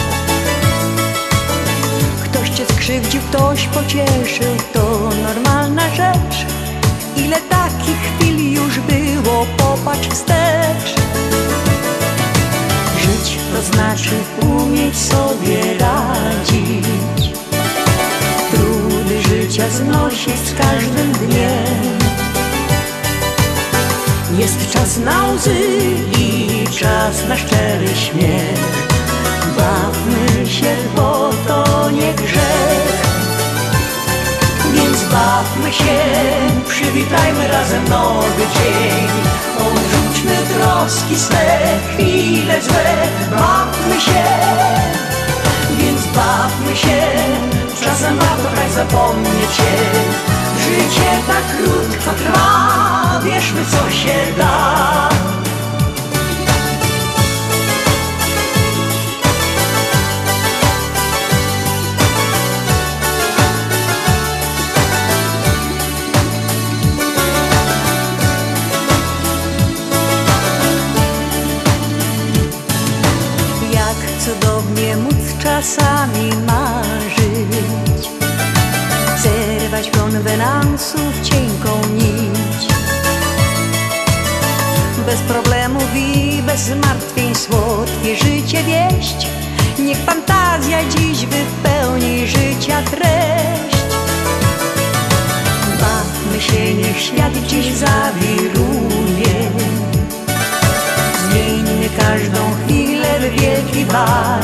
Ktoś cię skrzywdził, ktoś pocieszył, to normalna rzecz. Ile takich chwil już było, popatrz wstecz. Żyć to znaczy umieć sobie radzić. Trudy życia znosić z każdym dniem. Jest czas na łzy i czas na szczery śmiech. Bawmy się, bo to nie grzech. Więc bawmy się, przywitajmy razem nowy dzień. Odrzućmy troski swe, chwile złe. Bawmy się, więc bawmy się. Czasem warto tak zapomnieć się. Życie tak krótko trwa, wierzmy, co się da. Jak cudownie móc czasami marzyć, zerwać konwenansów cienką nić. Bez problemów i bez zmartwień słodkie życie wieść. Niech fantazja dziś wypełni życia treść. Bawmy się, niech świat dziś zawiruje. Zmieńmy każdą chwilę w wielki bal.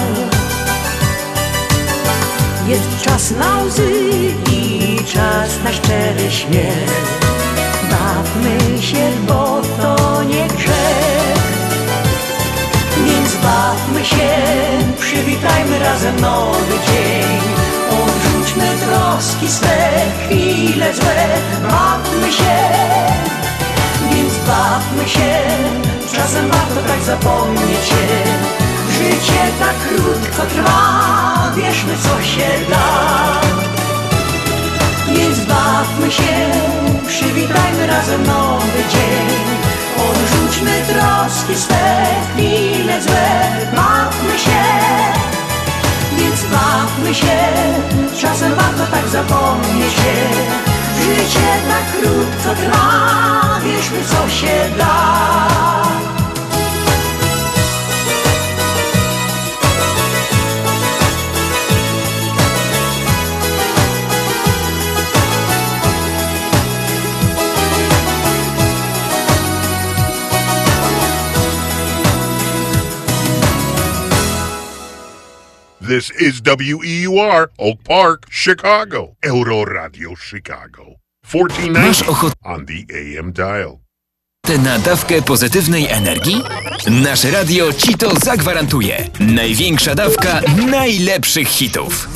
Jest czas na łzy i czas na szczery śmiech. Bawmy się, bo to nie grzech. Więc bawmy się, przywitajmy razem nowy dzień. Odrzućmy troski swe, chwile złe. Bawmy się, więc bawmy się. Czasem warto tak zapomnieć się. Życie tak krótko trwa, wierzmy, co się da. Więc bawmy się, przywitajmy razem nowy dzień. Odrzućmy troski swe, chwile złe. Bawmy się, więc bawmy się. Czasem warto tak zapomnieć się. Życie tak krótko trwa, wierzmy, co się da. This is WEUR, Oak Park, Chicago. Euro Radio Chicago. 1490 on the AM dial. Na dawkę pozytywnej energii? Nasze radio ci to zagwarantuje. Największa dawka najlepszych hitów.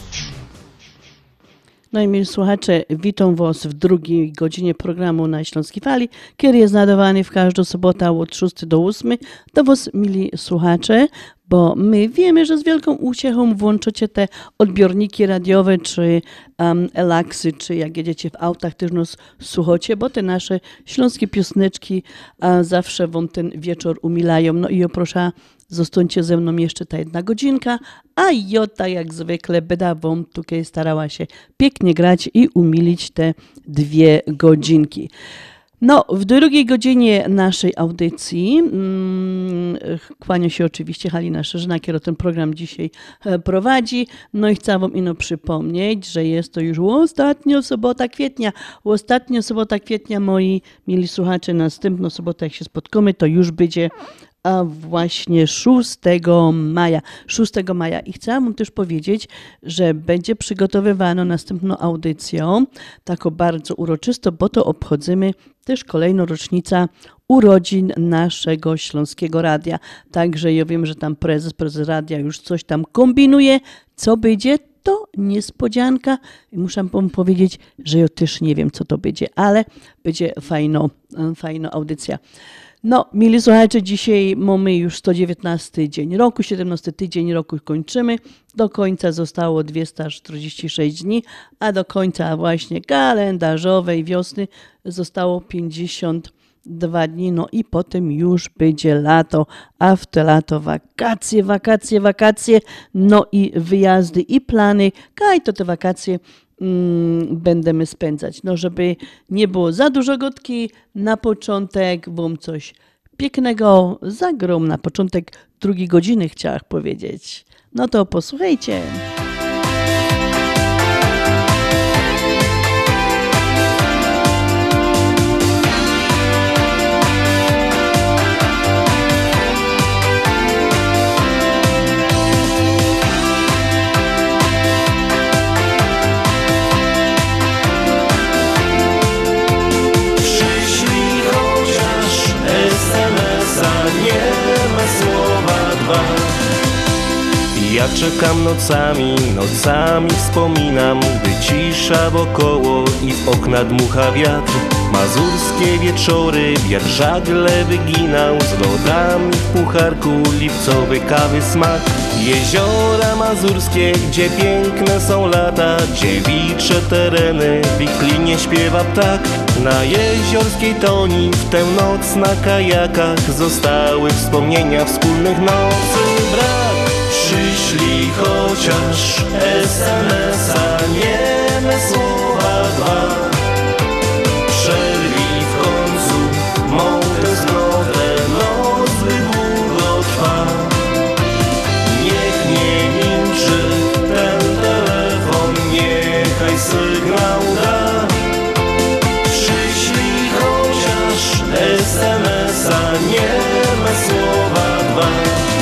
No i mili słuchacze, witam was w drugiej godzinie programu na Śląskiej Fali, który jest nadawany w każdą sobotę od 6 do 8. Do was, mili słuchacze, bo my wiemy, że z wielką uciechą włączycie te odbiorniki radiowe, czy elaksy, czy jak jedziecie w autach też nas słuchacie, bo te nasze śląskie piosneczki zawsze wam ten wieczór umilają. No i proszę, zostańcie ze mną jeszcze ta 1 godzinka, a Jota jak zwykle będę wam tutaj starała się pięknie grać i umilić te 2 godzinki. No, w drugiej godzinie naszej audycji kłania się oczywiście Halina Szerzyna, która ten program dzisiaj prowadzi. No i chcę wam ino przypomnieć, że jest to już ostatnia sobota kwietnia. Ostatnia sobota kwietnia, moi mili słuchacze, następną sobotę jak się spotkamy, to już będzie a właśnie 6 maja. 6 maja. I chciałam wam też powiedzieć, że będzie przygotowywano następną audycję, taką bardzo uroczystą, bo to obchodzimy też kolejną rocznicę urodzin naszego Śląskiego Radia. Także ja wiem, że tam prezes radia już coś tam kombinuje, co będzie. To niespodzianka. I muszę wam powiedzieć, że ja też nie wiem, co to będzie, ale będzie fajna audycja. No, mili słuchacze, dzisiaj mamy już 119 dzień roku, 17 tydzień roku kończymy. Do końca zostało 246 dni, a do końca właśnie kalendarzowej wiosny zostało 52 dni. No i potem już będzie lato, a w te lato wakacje, no i wyjazdy i plany. Kaj to te wakacje będziemy spędzać. No, żeby nie było za dużo gotki, na początek wam coś pięknego zagrom. Na początek 2 godziny chciałam powiedzieć. No to posłuchajcie. Ja czekam nocami wspominam, gdy cisza wokoło i w okna dmucha wiatr. Mazurskie wieczory, wiatr żagle wyginał, z lodami w pucharku lipcowy kawy smak. Jeziora mazurskie, gdzie piękne są lata, dziewicze tereny, w ich klinie śpiewa ptak. Na jeziorskiej toni w tę noc na kajakach zostały wspomnienia wspólnych nocy brak. Przyślij chociaż SMS-a, nieme słowa 2. Przerwij w końcu mą tęsknotę, noc długo trwa. Niech nie milczy ten telefon, niechaj sygnał da. Przyślij chociaż SMS-a, nieme słowa 2.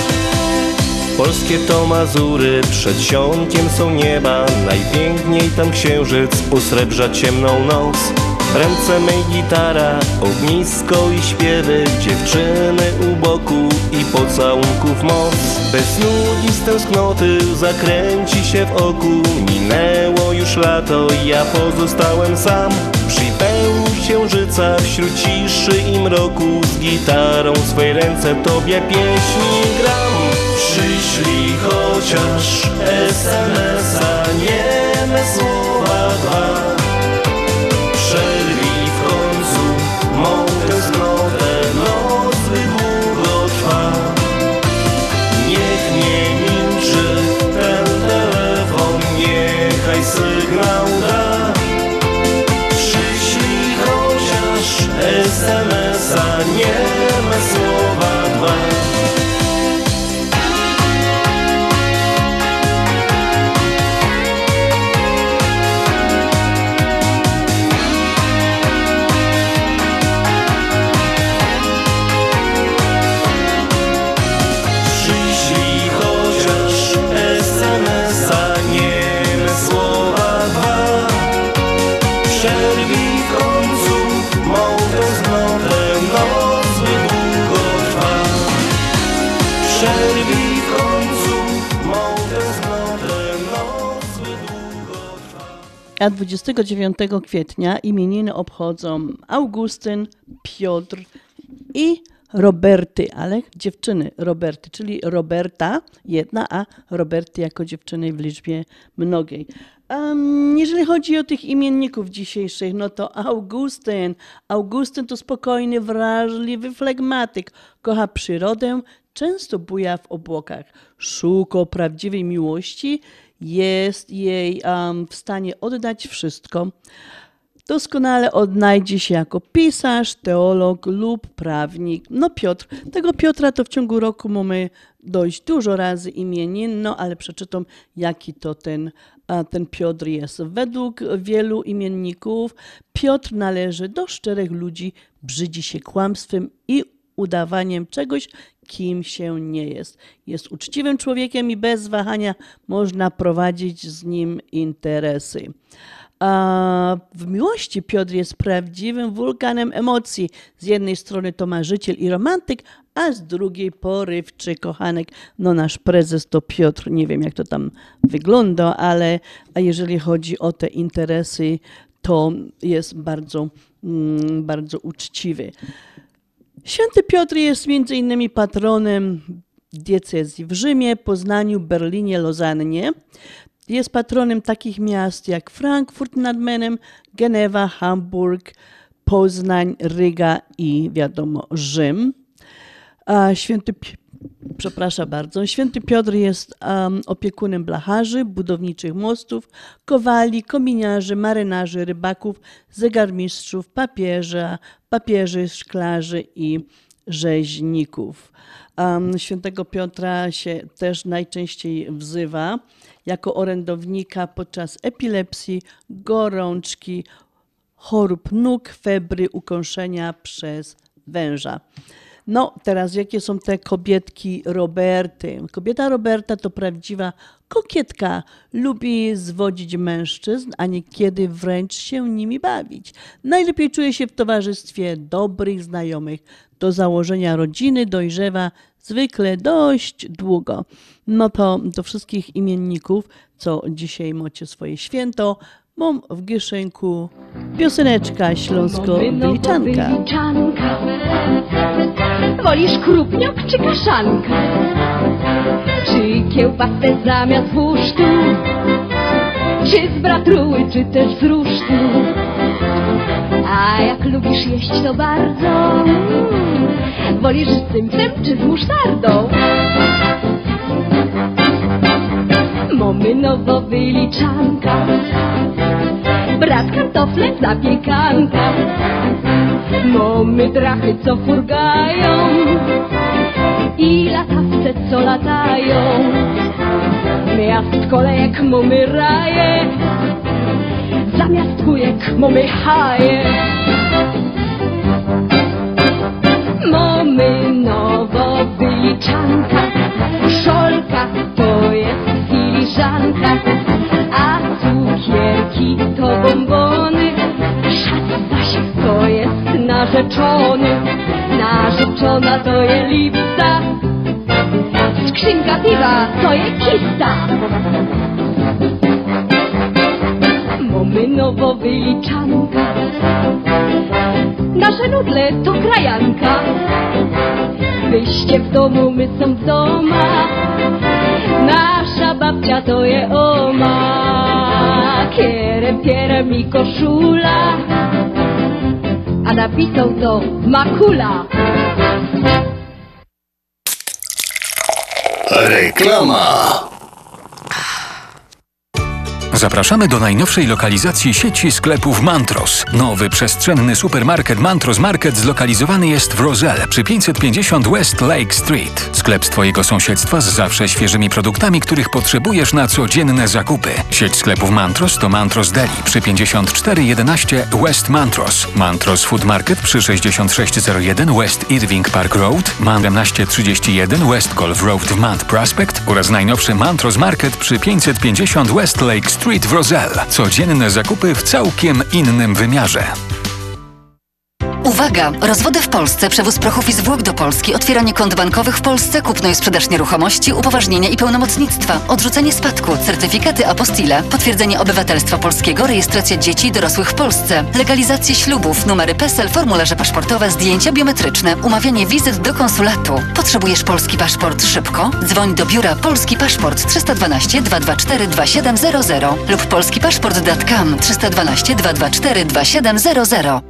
Polskie to Mazury, przedsionkiem są nieba, najpiękniej tam księżyc usrebrza ciemną noc. W ręce mej gitara, ognisko i śpiewy, dziewczyny u boku i pocałunków moc. Bez nudzi z tęsknoty zakręci się w oku, minęło już lato, ja pozostałem sam. Przy pełni księżyca wśród ciszy i mroku, z gitarą w swej ręce tobie pieśni gram. Przyślij chociaż SMS-a, nieme słowa 2. Przerwij w końcu mą tęsknotę, noc długo trwa. Niech nie milczy ten telefon, niechaj sygnał da. Przyślij chociaż SMS-a, nieme słowa 2. A 29 kwietnia imieniny obchodzą Augustyn, Piotr i Roberty, ale dziewczyny Roberty, czyli Roberta jedna, a Roberty jako dziewczyny w liczbie mnogiej. Jeżeli chodzi o tych imienników dzisiejszych, no to Augustyn. Augustyn to spokojny, wrażliwy flegmatyk. Kocha przyrodę, często buja w obłokach. Szuka prawdziwej miłości, jest jej w stanie oddać wszystko. Doskonale odnajdzie się jako pisarz, teolog lub prawnik. No Piotr, tego Piotra to w ciągu roku mamy dość dużo razy imienin, no ale przeczytam, jaki to ten Piotr jest. Według wielu imienników Piotr należy do szczerych ludzi, brzydzi się kłamstwem i udawaniem czegoś, kim się nie jest. Jest uczciwym człowiekiem i bez wahania można prowadzić z nim interesy. A w miłości Piotr jest prawdziwym wulkanem emocji. Z jednej strony to marzyciel i romantyk, a z drugiej porywczy kochanek. No nasz prezes to Piotr, nie wiem jak to tam wygląda, ale a jeżeli chodzi o te interesy, to jest bardzo, bardzo uczciwy. Święty Piotr jest między innymi patronem diecezji w Rzymie, Poznaniu, Berlinie, Lozannie. Jest patronem takich miast jak Frankfurt nad Menem, Genewa, Hamburg, Poznań, Ryga i wiadomo Rzym. Święty Piotr jest opiekunem blacharzy, budowniczych mostów, kowali, kominiarzy, marynarzy, rybaków, zegarmistrzów, papieży, szklarzy i rzeźników. Świętego Piotra się też najczęściej wzywa jako orędownika podczas epilepsji, gorączki, chorób nóg, febry, ukąszenia przez węża. No teraz jakie są te kobietki Roberty? Kobieta Roberta to prawdziwa kokietka. Lubi zwodzić mężczyzn, a niekiedy wręcz się nimi bawić. Najlepiej czuje się w towarzystwie dobrych znajomych. Do założenia rodziny dojrzewa zwykle dość długo. No to do wszystkich imienników, co dzisiaj macie swoje święto, mam w kieszonku pioseneczka śląsko-wyliczanka. Wolisz krupniok czy kaszanka? Czy kiełbasę zamiast wusztu? Czy z bratruły, czy też z rusztu? A jak lubisz jeść to bardzo, wolisz z cymcem czy z musztardą? Mamy nowo wyliczanka, brat kartofle zapiekanka. Mamy drachy co furgają i latawce co latają. Miast kolejek mamy raje, zamiast kujek mamy haje. Mamy nowo wyliczanka, szolka to jest filiżanka, a cukierki to bombony, szat zaś to jest narzeczony, narzeczona to je lipca, skrzynka piwa to je kista. Mamy nowo wyliczanka, nasze nudle to krajanka, wyście w domu, my są w doma, nasza babcia to je oma. Kierem, pierem i koszula, a napisał to makula. Reklama. Zapraszamy do najnowszej lokalizacji sieci sklepów Mantros. Nowy przestrzenny supermarket Mantros Market zlokalizowany jest w Roselle przy 550 West Lake Street. Sklep z Twojego sąsiedztwa z zawsze świeżymi produktami, których potrzebujesz na codzienne zakupy. Sieć sklepów Mantros to Mantros Deli przy 5411 West Mantros, Mantros Food Market przy 6601 West Irving Park Road, Man 1731 West Golf Road w Mount Prospect oraz najnowszy Mantros Market przy 550 West Lake Street w Roselle. Codzienne zakupy w całkiem innym wymiarze. Uwaga! Rozwody w Polsce, przewóz prochów i zwłok do Polski, otwieranie kont bankowych w Polsce, kupno i sprzedaż nieruchomości, upoważnienia i pełnomocnictwa, odrzucenie spadku, certyfikaty apostille, potwierdzenie obywatelstwa polskiego, rejestracja dzieci i dorosłych w Polsce, legalizację ślubów, numery PESEL, formularze paszportowe, zdjęcia biometryczne, umawianie wizyt do konsulatu. Potrzebujesz polski paszport szybko? Dzwoń do biura Polski Paszport 312 224 2700 lub polskipaszport.com 312 224 2700.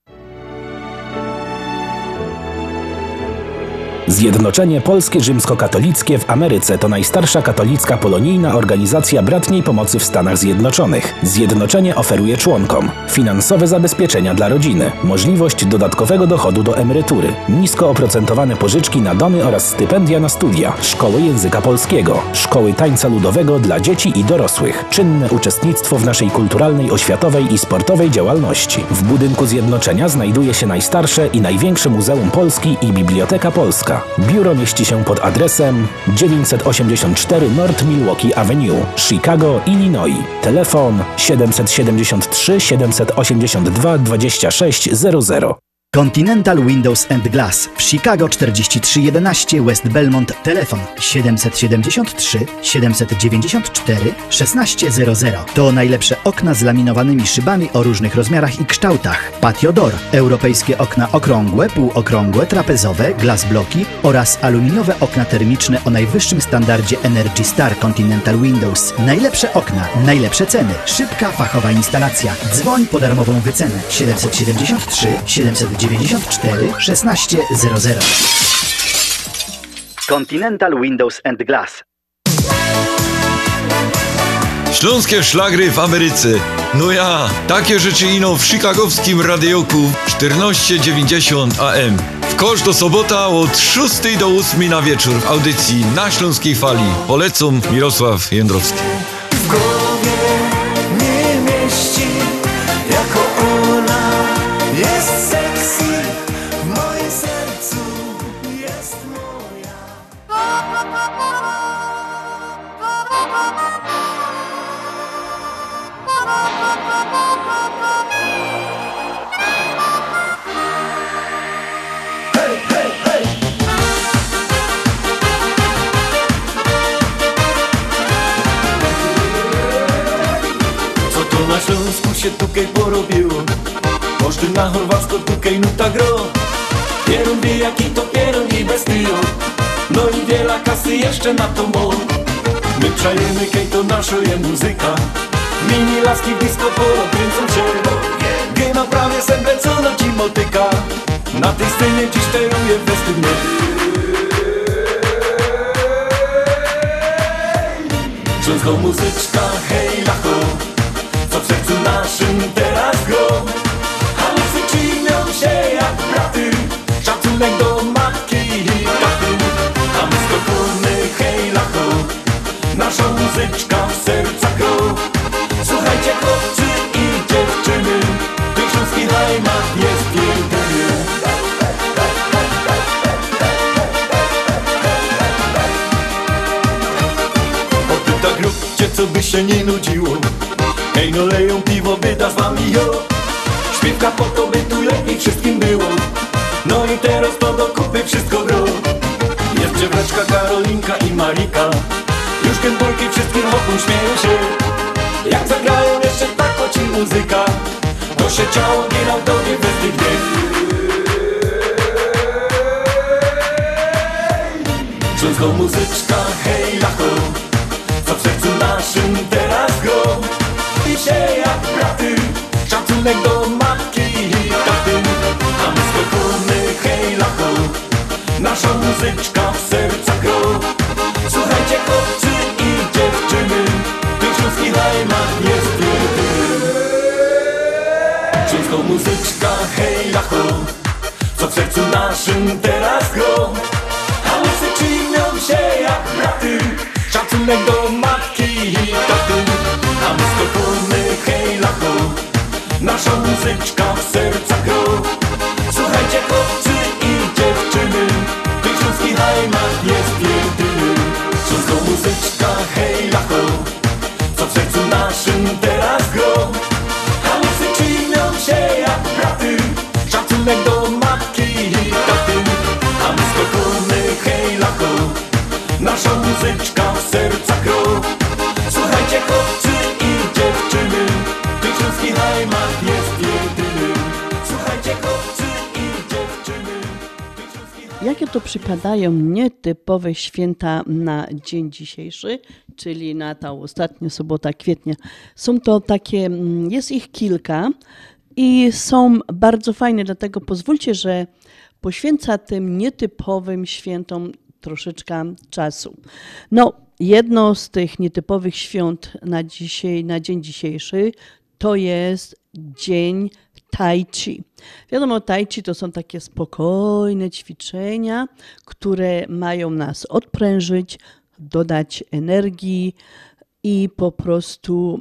Zjednoczenie Polskie Rzymskokatolickie w Ameryce to najstarsza katolicka polonijna organizacja bratniej pomocy w Stanach Zjednoczonych. Zjednoczenie oferuje członkom finansowe zabezpieczenia dla rodziny, możliwość dodatkowego dochodu do emerytury, nisko oprocentowane pożyczki na domy oraz stypendia na studia, szkoły języka polskiego, szkoły tańca ludowego dla dzieci i dorosłych, czynne uczestnictwo w naszej kulturalnej, oświatowej i sportowej działalności. W budynku Zjednoczenia znajduje się najstarsze i największe Muzeum Polski i Biblioteka Polska. Biuro mieści się pod adresem 984 North Milwaukee Avenue, Chicago, Illinois. Telefon 773 782 2600. Continental Windows and Glass w Chicago 4311 West Belmont. Telefon 773 794 1600. To najlepsze okna z laminowanymi szybami o różnych rozmiarach i kształtach. Patio Door, europejskie okna okrągłe, półokrągłe, trapezowe, glass bloki oraz aluminiowe okna termiczne o najwyższym standardzie Energy Star Continental Windows. Najlepsze okna, najlepsze ceny, szybka, fachowa instalacja. Dzwoń po darmową wycenę 773 794 1600. Continental Windows and Glass. Śląskie szlagry w Ameryce. No ja, takie rzeczy ino w chicagowskim radioku 1490 AM. W każdą sobota od 6 do 8 na wieczór w audycji na Śląskiej Fali. Polecam Mirosław Jędrowski. W głowie nie mieści, jako ona jest sexy, w moim sercu jest moja. Hej, hej, hej! Co to na Śląsku się tukaj porobiło? Każdy na Chorwacko tukaj nuta gro. Pierun wie jaki to pierun i bez tyjo. No i wiele kasy jeszcze na to mo. My przejemy kej to nasza je muzyka. Mini laski disco polo kręcą się. Gej na prawie semble co na ci motyka. Na tej scenie dziś steruje festywnie. Śląską muzyczka, hej lacho, co w sercu naszym teraz gro. A łysy czynią się jak braty, szacunek do matki i taty. A my skopurny, hej lacho, nasza muzyczka w sercach gro. Słuchajcie chłopcy i dziewczyny, tych śląski hajmat jest piękny. Opyta grupcie, co by się nie nudziło. Hej no leją piwo, wyda z wami jo. Śpiewka po to by tu lepiej wszystkim było. No i teraz to do kupy wszystko gro. Jest dzieweczka Karolinka i Marika. Już kępolki wszystkim wokół śmieją się. Jak zagrają jeszcze tak oci muzyka, to się ciało ginał do nie westygnie. Śląską muzyczka, hej lacho, co w sercu naszym teraz gro. I się jak braty, szacunek do matki i taty. A my skokony, hej lacho, nasza muzyczka w sercach gro. Słuchajcie chłopcy i dziewczyny, tych śląski hajmat jest jedyny. Śląską muzyczka, hej lacho, co w sercu naszym teraz gro. A łysy czynią się jak braty, szacunek do matki i taty. A my skokony, hej lacho, nasza muzyczka w sercach gro. Słuchajcie chłopcy i dziewczyny, tych śląski hajmat jest jedyny. Śląską muzyczka, hej lacho, co w sercu naszym teraz gro. A łysy czynią się jak braty, szacunek do Jakie to przypadają nietypowe święta na dzień dzisiejszy, czyli na tą ostatnią sobotę kwietnia? Są to takie, jest ich kilka i są bardzo fajne, dlatego pozwólcie, że poświęca tym nietypowym świętom troszeczkę czasu. No, jedno z tych nietypowych świąt na dzień dzisiejszy to jest dzień Tai Chi. Wiadomo, Tai Chi to są takie spokojne ćwiczenia, które mają nas odprężyć, dodać energii i po prostu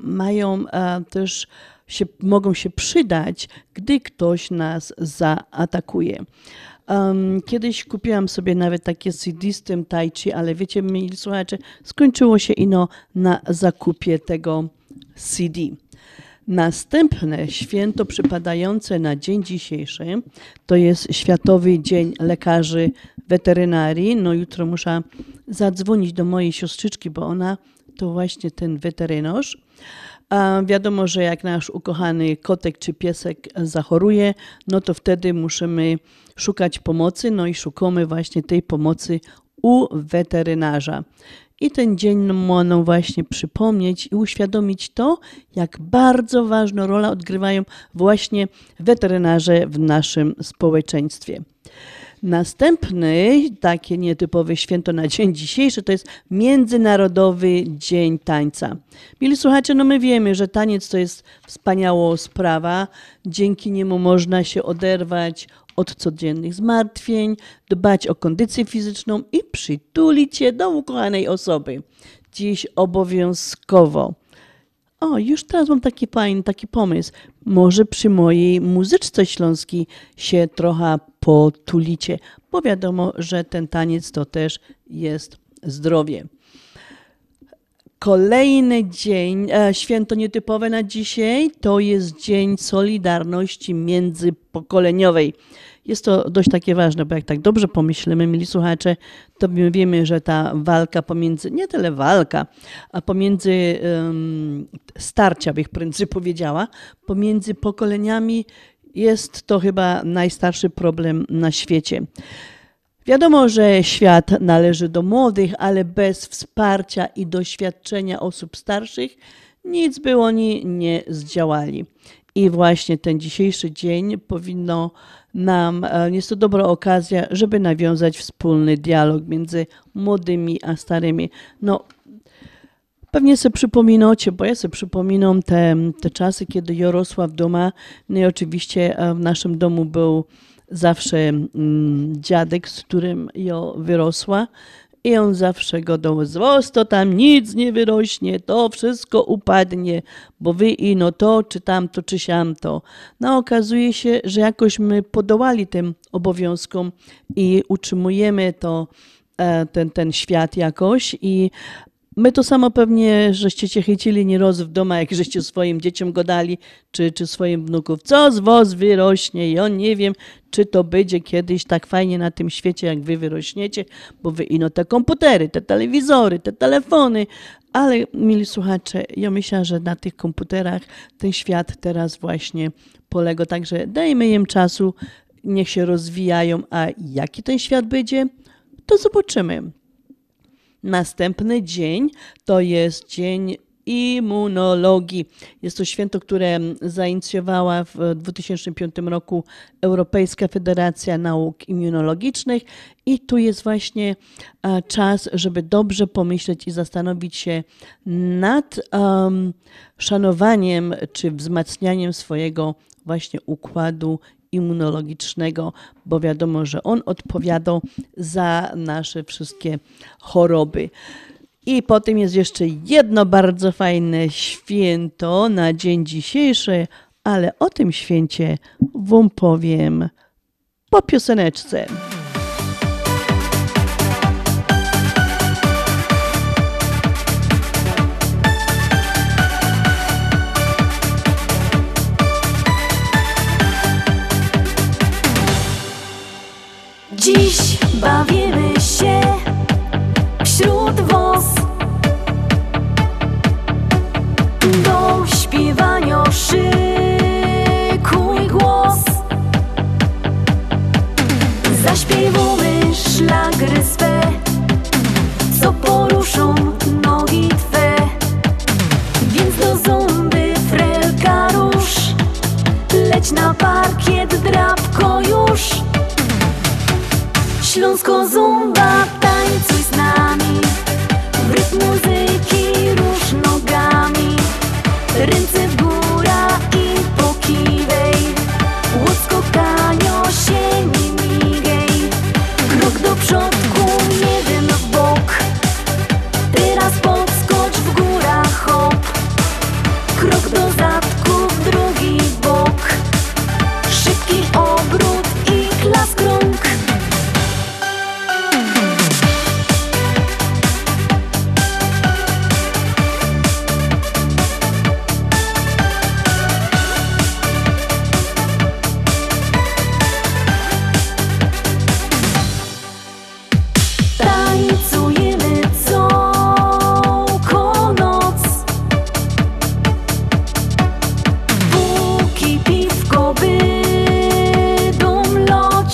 mogą się przydać, gdy ktoś nas zaatakuje. Kiedyś kupiłam sobie nawet takie CD z tym Tai Chi, ale wiecie, mili słuchacze, skończyło się ino na zakupie tego CD. Następne święto przypadające na dzień dzisiejszy to jest Światowy Dzień Lekarzy Weterynarii. No jutro muszę zadzwonić do mojej siostrzyczki, bo ona to właśnie ten weterynarz. A wiadomo, że jak nasz ukochany kotek czy piesek zachoruje, no to wtedy musimy szukać pomocy, no i szukamy właśnie tej pomocy u weterynarza. I ten dzień ma nam właśnie przypomnieć i uświadomić to, jak bardzo ważną rolę odgrywają właśnie weterynarze w naszym społeczeństwie. Następny takie nietypowe święto na dzień dzisiejszy to jest Międzynarodowy Dzień Tańca. Mili słuchacze, no my wiemy, że taniec to jest wspaniała sprawa. Dzięki niemu można się oderwać od codziennych zmartwień, dbać o kondycję fizyczną i przytulić się do ukochanej osoby. Dziś obowiązkowo. O, już teraz mam taki pomysł. Może przy mojej muzyczce śląskiej się trochę potulicie, bo wiadomo, że ten taniec to też jest zdrowie. Kolejny dzień, święto nietypowe na dzisiaj, to jest Dzień Solidarności Międzypokoleniowej. Jest to dość takie ważne, bo jak tak dobrze pomyślimy, mili słuchacze, to my wiemy, że ta walka pomiędzy, nie tyle walka, a pomiędzy starcia, bych prędzej powiedziała, pomiędzy pokoleniami jest to chyba najstarszy problem na świecie. Wiadomo, że świat należy do młodych, ale bez wsparcia i doświadczenia osób starszych nic by oni nie zdziałali. I właśnie ten dzisiejszy dzień powinno nam, jest to dobra okazja, żeby nawiązać wspólny dialog między młodymi a starymi. No, pewnie sobie przypominacie, bo ja sobie przypominam te czasy, kiedy ja rosła w domu. No i oczywiście w naszym domu był zawsze dziadek, z którym ja wyrosła i on zawsze gadał, z was to tam nic nie wyrośnie, to wszystko upadnie, bo wy ino to, czy tamto, czy siamto. No okazuje się, że jakoś my podołali tym obowiązkom i utrzymujemy ten świat jakoś i my to samo pewnie, żeście cię chycili nieraz w domu, jak żeście swoim dzieciom gadali, czy swoim wnuków, co z was wyrośnie. I on nie wiem, czy to będzie kiedyś tak fajnie na tym świecie, jak wy wyrośniecie, bo wy ino te komputery, te telewizory, te telefony. Ale, mili słuchacze, ja myślę, że na tych komputerach ten świat teraz właśnie polega. Także dajmy im czasu, niech się rozwijają, a jaki ten świat będzie, to zobaczymy. Następny dzień to jest Dzień Immunologii. Jest to święto, które zainicjowała w 2005 roku Europejska Federacja Nauk Immunologicznych i tu jest właśnie czas, żeby dobrze pomyśleć i zastanowić się nad szanowaniem czy wzmacnianiem swojego właśnie układu immunologicznego, bo wiadomo, że on odpowiada za nasze wszystkie choroby. I potem jest jeszcze jedno bardzo fajne święto na dzień dzisiejszy, ale o tym święcie wam powiem po pioseneczce. Dziś bawimy się wśród wos. Do śpiewania szykuj głos. Zaśpiewamy Śląsko Zumba, tańcuj z nami, w rytm muzyki rusz nogami, ręce w góra i pokiwej, łódzko kanio się nie migaj, krok do przodku, jeden w bok, teraz podskocz w górach hop, krok do zadku, w drugi bok, szybki obrót i klask rąk. Tańcujemy całą noc, póki piwko będą loć,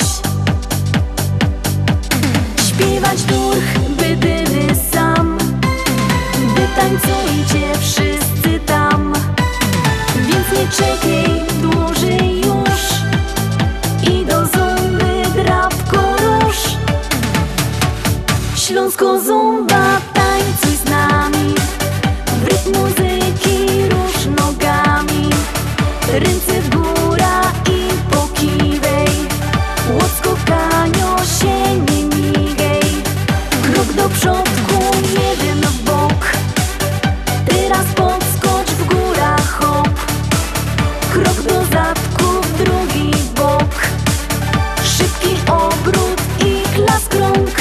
śpiewać durch bydyny sam, wytańcujcie wszyscy tam, więc nie czekaj dłużej już i do zumby drapko rusz. Śląsko Zumba, tańcuj z nami, w rytm muzyki rusz nogami, ręce w góra i pokiwej, łódzko kanio się nie migaj, krok do przodku, jeden w bok, teraz podskocz w górach hop, krok do zadku, w drugi bok, szybki obrót i klask rąk.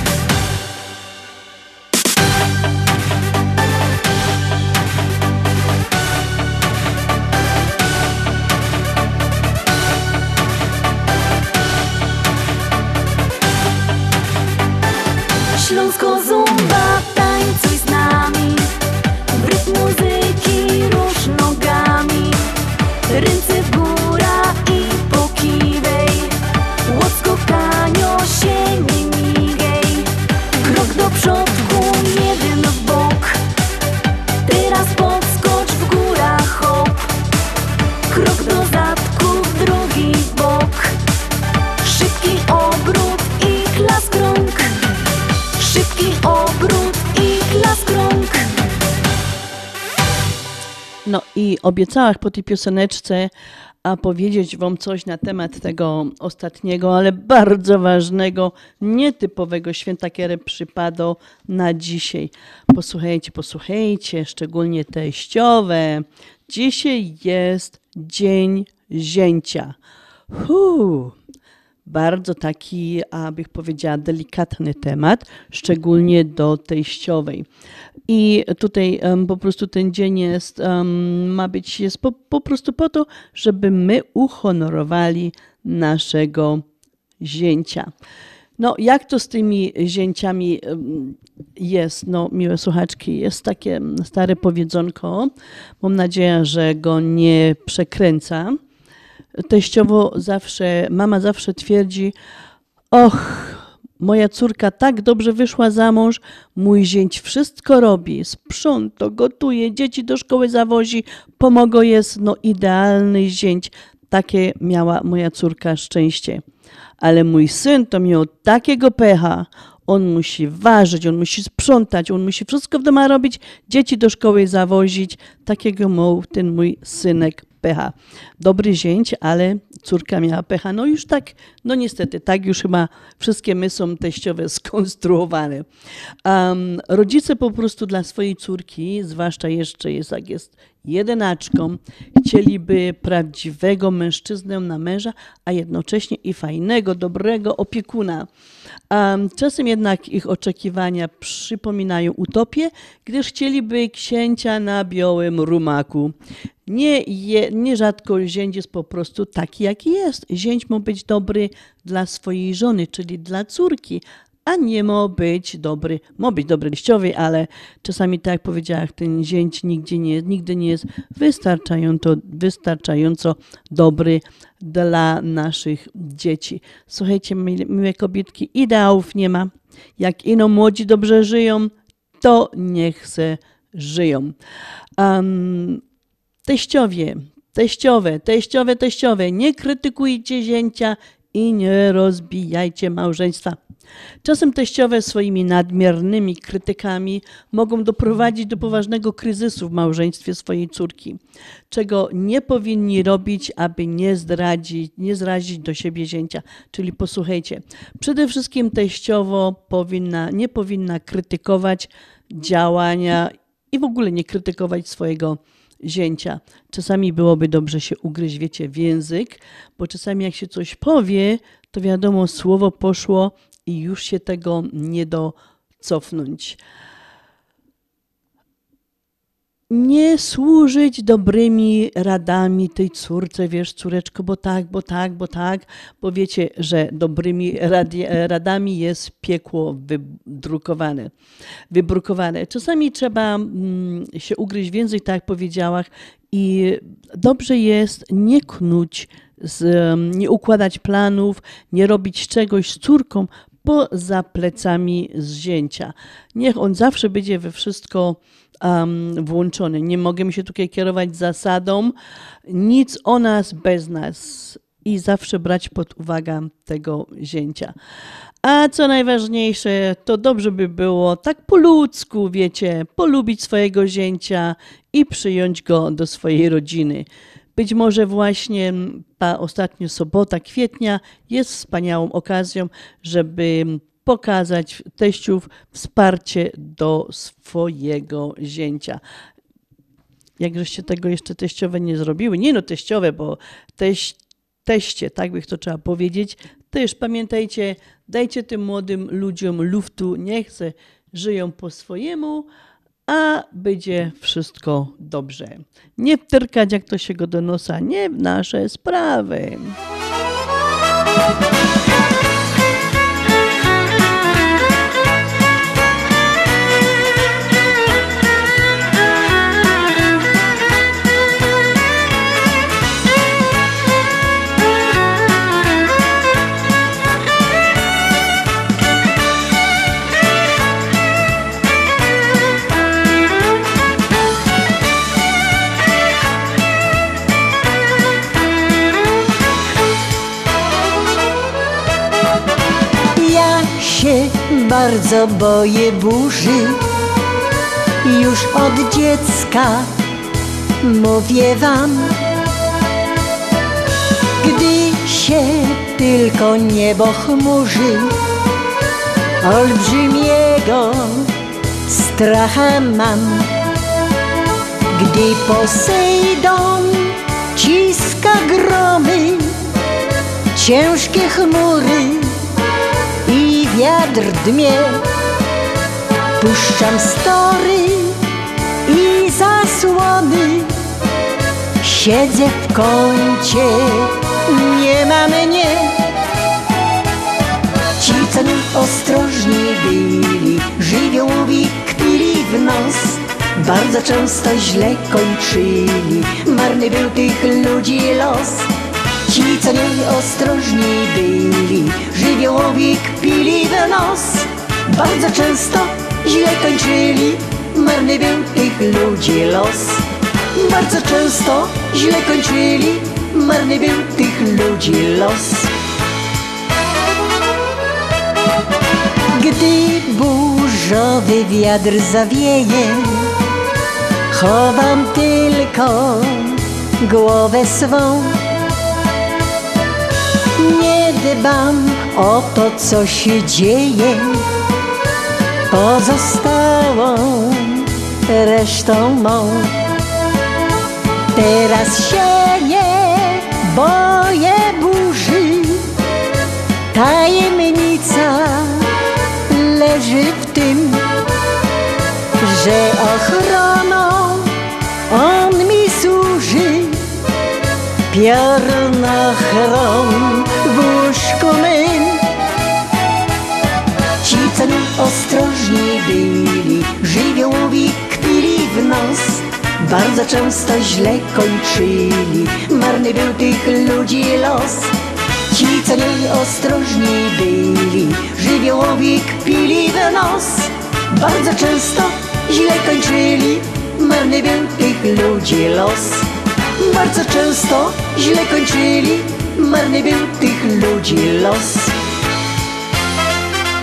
Śląsko Zumba, tańcuj z nami, w rytm muzyki rusz nogami, ręce w góra i pokiwej, łódzko kanio się nie migaj, krok do przodku, jeden w bok, teraz podskocz w górach hop, krok do zadku, w drugi bok, szybki obrót i klask rąk. Szybki obrót i klask rąk. No i obiecałam po tej pioseneczce powiedzieć wam coś na temat tego ostatniego, ale bardzo ważnego, nietypowego święta, które przypadło na dzisiaj. Posłuchajcie, szczególnie teściowe. Dzisiaj jest Dzień Zięcia. Bardzo taki, abych powiedziała, delikatny temat, szczególnie do teściowej. I tutaj po prostu ten dzień jest, ma być, jest po prostu po to, żeby my uhonorowali naszego zięcia. No, jak to z tymi zięciami jest? No, miłe słuchaczki, jest takie stare powiedzonko. Mam nadzieję, że go nie przekręca. Teściowo zawsze, mama zawsze twierdzi: och, moja córka tak dobrze wyszła za mąż, mój zięć wszystko robi, sprząta, gotuje, dzieci do szkoły zawozi, pomogo jest, no idealny zięć. Takie miała moja córka szczęście. Ale mój syn to miał takiego pecha. On musi ważyć, on musi sprzątać, on musi wszystko w domu robić, dzieci do szkoły zawozić. Takiego miał ten mój synek pecha. Dobry zięć, ale córka miała pecha. No już tak, no niestety, tak już chyba wszystkie my są teściowe skonstruowane. Rodzice po prostu dla swojej córki, zwłaszcza jeszcze jak jest jedynaczką, chcieliby prawdziwego mężczyznę na męża, a jednocześnie i fajnego, dobrego opiekuna. Czasem jednak ich oczekiwania przypominają utopię, gdyż chcieliby księcia na białym rumaku. Nierzadko zięć jest po prostu taki, jaki jest. Zięć ma być dobry dla swojej żony, czyli dla córki, a nie ma być dobry teściowej, ale czasami, tak jak powiedziałam, ten zięć nigdy nie jest wystarczająco dobry dla naszych dzieci. Słuchajcie, miłe kobietki, ideałów nie ma. Jak ino młodzi dobrze żyją, to niech se żyją. Teściowe, nie krytykujcie zięcia i nie rozbijajcie małżeństwa. Czasem teściowe swoimi nadmiernymi krytykami mogą doprowadzić do poważnego kryzysu w małżeństwie swojej córki, czego nie powinni robić, aby nie zrazić do siebie zięcia. Czyli posłuchajcie, przede wszystkim teściowo nie powinna krytykować działania i w ogóle nie krytykować swojego zięcia. Czasami byłoby dobrze się ugryźć, wiecie, w język, bo czasami jak się coś powie, to wiadomo, słowo poszło i już się tego nie docofnąć. Nie służyć dobrymi radami tej córce, wiesz, córeczko, bo wiecie, że dobrymi radami jest piekło wybrukowane. Czasami trzeba się ugryźć w język, tak jak powiedziałam, i dobrze jest nie knuć, nie układać planów, nie robić czegoś z córką poza plecami z zięcia. Niech on zawsze będzie we wszystko włączony. Nie możemy się tutaj kierować zasadą nic o nas bez nas i zawsze brać pod uwagę tego zięcia. A co najważniejsze, to dobrze by było tak po ludzku, wiecie, polubić swojego zięcia i przyjąć go do swojej rodziny. Być może właśnie ta ostatnia sobota kwietnia jest wspaniałą okazją, żeby pokazać teściów wsparcie do swojego zięcia. Jak żeście tego jeszcze teściowe nie zrobiły, nie no teściowe, bo teście, tak by to trzeba powiedzieć, też pamiętajcie, dajcie tym młodym ludziom luftu, niech se żyją po swojemu, a będzie wszystko dobrze. Nie wtyrkać, jak to się go do nosa, nie w nasze sprawy. Bardzo boję burzy, już od dziecka mówię wam. Gdy się tylko niebo chmurzy, olbrzymiego stracha mam. Gdy Posejdon ciska gromy, ciężkie chmury i wiatr dmie, puszczam story i zasłony, siedzę w kącie, nie ma mnie. Ci, co nieostrożni byli, żywiołowi kpili w nos, bardzo często źle kończyli, marny był tych ludzi los. Ci, co nieostrożni byli, żywiołowi kpili w nos, bardzo często źle kończyli, marny był tych ludzi los. Bardzo często źle kończyli, marny był tych ludzi los. Gdy burzowy wiatr zawieje, chowam tylko głowę swą. Nie dbam o to, co się dzieje, pozostałą resztą mą. Teraz się nie boję burzy, tajemnica leży w tym, że ochroną on mi służy. Piornochrom w łóżku mym. Ci, co nieostrożni byli, żywiołowi kpili w nos, bardzo często źle kończyli, marny był tych ludzi los. Ci, co nieostrożni byli, żywiołowi kpili w nos, bardzo często źle kończyli, marny był tych ludzi los. Bardzo często źle kończyli, marny był tych ludzi los.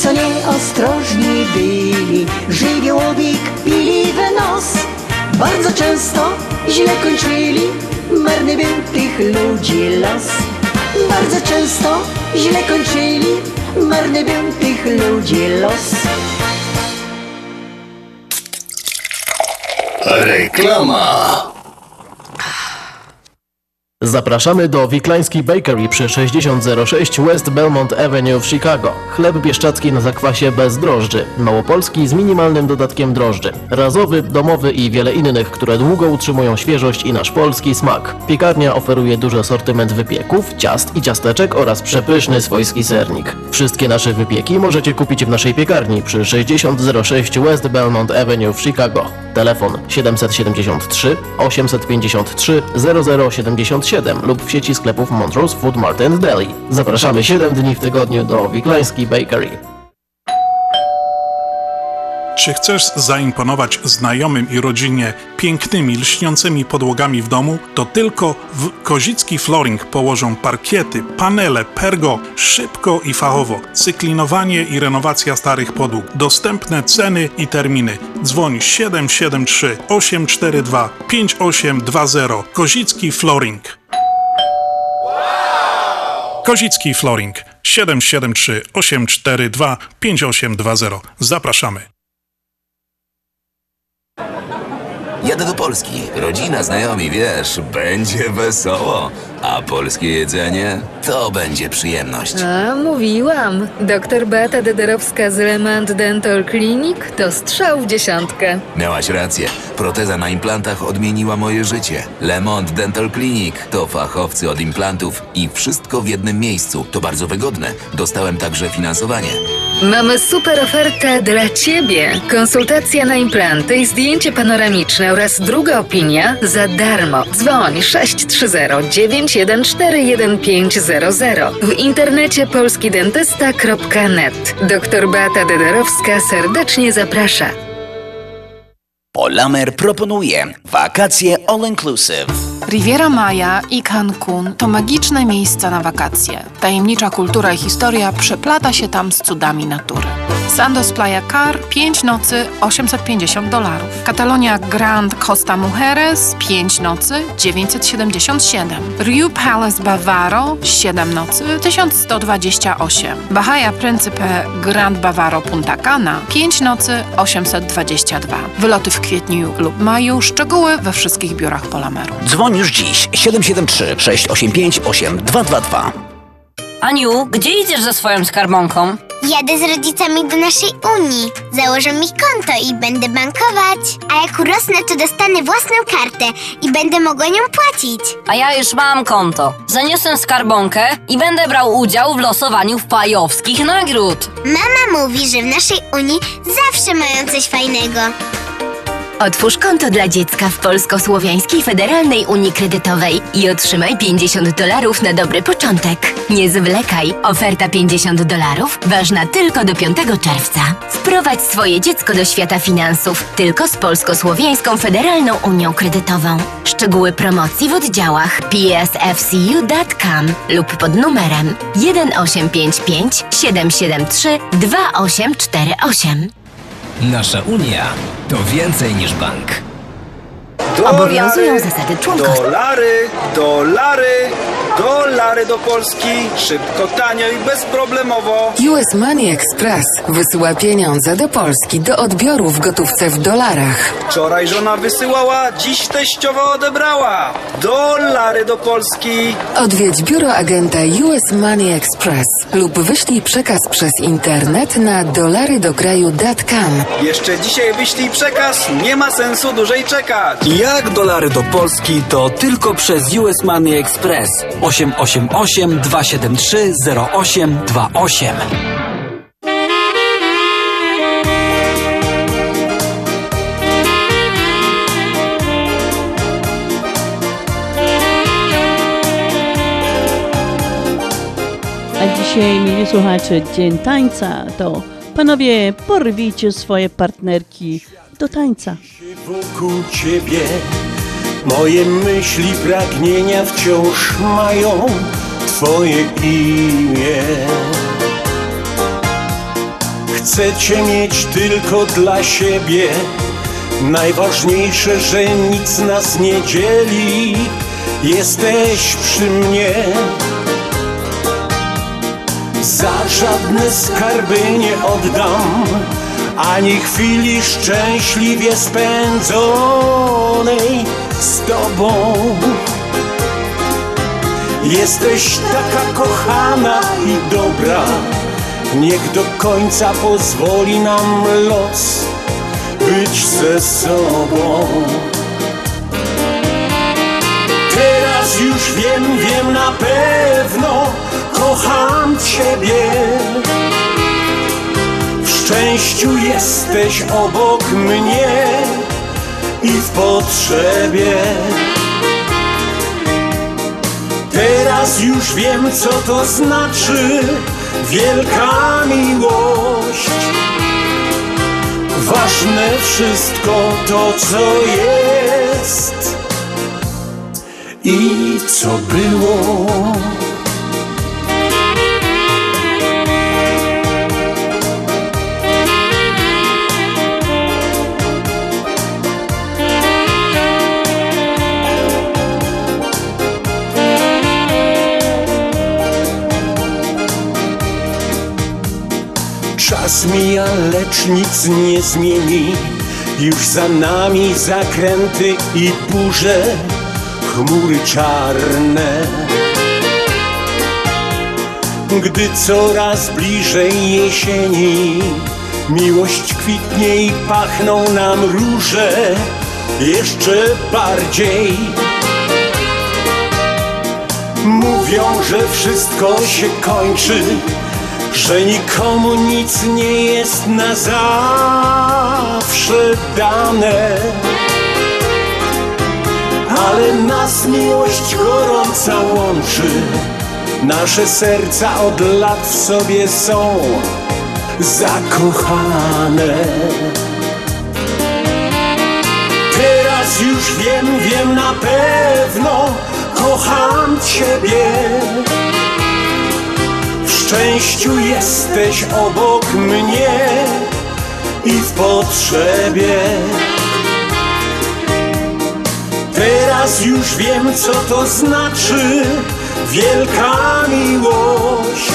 co nieostrożni byli, żywiołowi kpili w nos. Bardzo często źle kończyli, marny był tych ludzi los. Bardzo często źle kończyli, marny był tych ludzi los. Reklama. Zapraszamy do Wiklański Bakery przy 6006 West Belmont Avenue w Chicago. Chleb bieszczacki na zakwasie bez drożdży. Małopolski z minimalnym dodatkiem drożdży. Razowy, domowy i wiele innych, które długo utrzymują świeżość i nasz polski smak. Piekarnia oferuje duży asortyment wypieków, ciast i ciasteczek oraz przepyszny swojski sernik. Wszystkie nasze wypieki możecie kupić w naszej piekarni przy 6006 West Belmont Avenue w Chicago. Telefon 773 853 0077 lub w sieci sklepów Montrose Food Mart & Deli. Zapraszamy 7 dni w tygodniu do Wiklański Bakery. Czy chcesz zaimponować znajomym i rodzinie pięknymi, lśniącymi podłogami w domu? To tylko w Kozicki Flooring położą parkiety, panele, pergo, szybko i fachowo. Cyklinowanie i renowacja starych podłóg. Dostępne ceny i terminy. Dzwoń 773 842 5820. Kozicki Flooring. Kozicki Flooring 773 842 5820. Zapraszamy. Jadę do Polski. Rodzina, znajomi, wiesz, będzie wesoło. A polskie jedzenie to będzie przyjemność. A, mówiłam. Doktor Beata Dederowska z Lemant Dental Clinic to strzał w dziesiątkę. Miałaś rację. Proteza na implantach odmieniła moje życie. Lemont Dental Clinic to fachowcy od implantów i wszystko w jednym miejscu. To bardzo wygodne. Dostałem także finansowanie. Mamy super ofertę dla Ciebie. Konsultacja na implanty i zdjęcie panoramiczne oraz druga opinia za darmo. Dzwoń 630-914-1500. W internecie polskidentysta.net. Doktor Beata Dederowska serdecznie zaprasza. Polamer proponuje wakacje all inclusive. Riviera Maya i Cancun to magiczne miejsca na wakacje. Tajemnicza kultura i historia przeplata się tam z cudami natury. Sandos Playa Car 5 nocy $850. Katalonia Grand Costa Mujeres 5 nocy $977. Riu Palace Bavaro 7 nocy $1128. Bahia Principe Grand Bavaro Punta Cana 5 nocy $822. Wyloty w kwietniu lub maju. Szczegóły we wszystkich biurach Polameru. Dzwoń już dziś 773 685 8222. Aniu, gdzie idziesz ze swoją skarbonką? Jadę z rodzicami do naszej Unii. Założę mi konto i będę bankować. A jak urosnę, to dostanę własną kartę i będę mogła nią płacić. A ja już mam konto. Zaniosę skarbonkę i będę brał udział w losowaniu wpajowskich nagród. Mama mówi, że w naszej Unii zawsze mają coś fajnego. Otwórz konto dla dziecka w Polsko-Słowiańskiej Federalnej Unii Kredytowej i otrzymaj $50 na dobry początek. Nie zwlekaj. Oferta $50 ważna tylko do 5 czerwca. Wprowadź swoje dziecko do świata finansów tylko z Polsko-Słowiańską Federalną Unią Kredytową. Szczegóły promocji w oddziałach psfcu.com lub pod numerem 1855 773 2848. Nasza Unia to więcej niż bank. Obowiązują zasady członkostwa. Dolary do Polski. Szybko, tanio i bezproblemowo. US Money Express wysyła pieniądze do Polski do odbioru w gotówce w dolarach. Wczoraj żona wysyłała, dziś teściowa odebrała. Dolary do Polski. Odwiedź biuro agenta US Money Express lub wyślij przekaz przez internet na dolarydokraju.com. Jeszcze dzisiaj wyślij przekaz, nie ma sensu dłużej czekać. Jak dolary do Polski to tylko przez US Money Express 888 273 0828. A dzisiaj, mili słuchacze, Dzień Tańca, to panowie, porwijcie swoje partnerki do tańca. Wokół ciebie moje myśli, pragnienia wciąż mają twoje imię. Chcecie mieć tylko dla siebie. Najważniejsze, że nic nas nie dzieli. Jesteś przy mnie. Za żadne skarby nie oddam ani chwili szczęśliwie spędzonej z Tobą. Jesteś taka kochana i dobra. Niech do końca pozwoli nam los być ze sobą. Teraz już wiem na pewno, kocham Ciebie. W szczęściu jesteś obok mnie i w potrzebie. Teraz już wiem, co to znaczy wielka miłość. Ważne wszystko to, co jest i co było. Czas mija, lecz nic nie zmieni. Już za nami zakręty i burze, chmury czarne. Gdy coraz bliżej jesieni, miłość kwitnie i pachną nam róże jeszcze bardziej. Mówią, że wszystko się kończy, że nikomu nic nie jest na zawsze dane. Ale nas miłość gorąca łączy. Nasze serca od lat w sobie są zakochane. Teraz już wiem na pewno, kocham Ciebie. W szczęściu jesteś obok mnie i w potrzebie. Teraz już wiem, co to znaczy wielka miłość.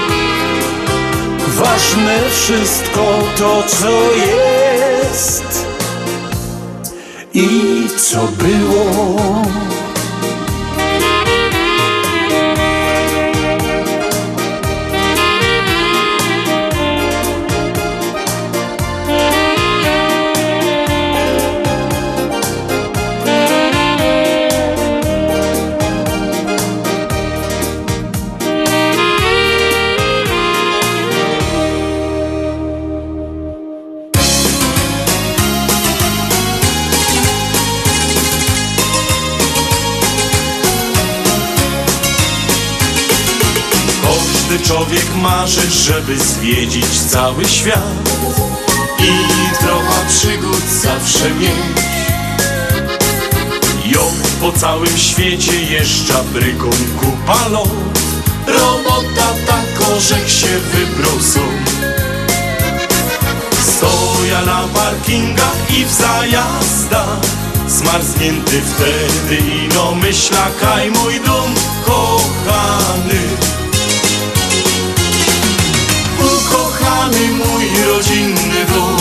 Ważne wszystko to, co jest i co było. Człowiek marzy, żeby zwiedzić cały świat i trochę przygód zawsze mieć. Ją po całym świecie jeżdża brygą kupa lot. Robota tak orzech się wybrał stoja na parkingach i w zajazdach, zmarznięty wtedy ino myśla, kaj mój dom kochany. Ukochany mój rodzinny dom,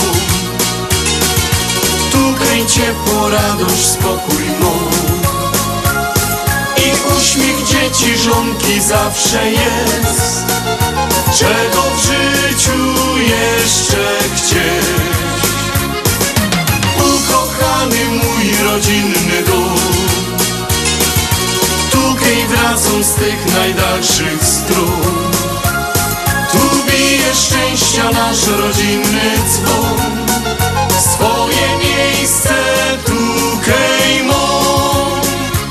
tukaj ciepło, radość, spokój mąż i uśmiech dzieci, żonki zawsze jest. Czego w życiu jeszcze chcieć? Ukochany mój rodzinny dom, tukaj wracam z tych najdalszych stron. Tu bije szczęścia nasz rodzinny dzwon, swoje miejsce tukaj mam.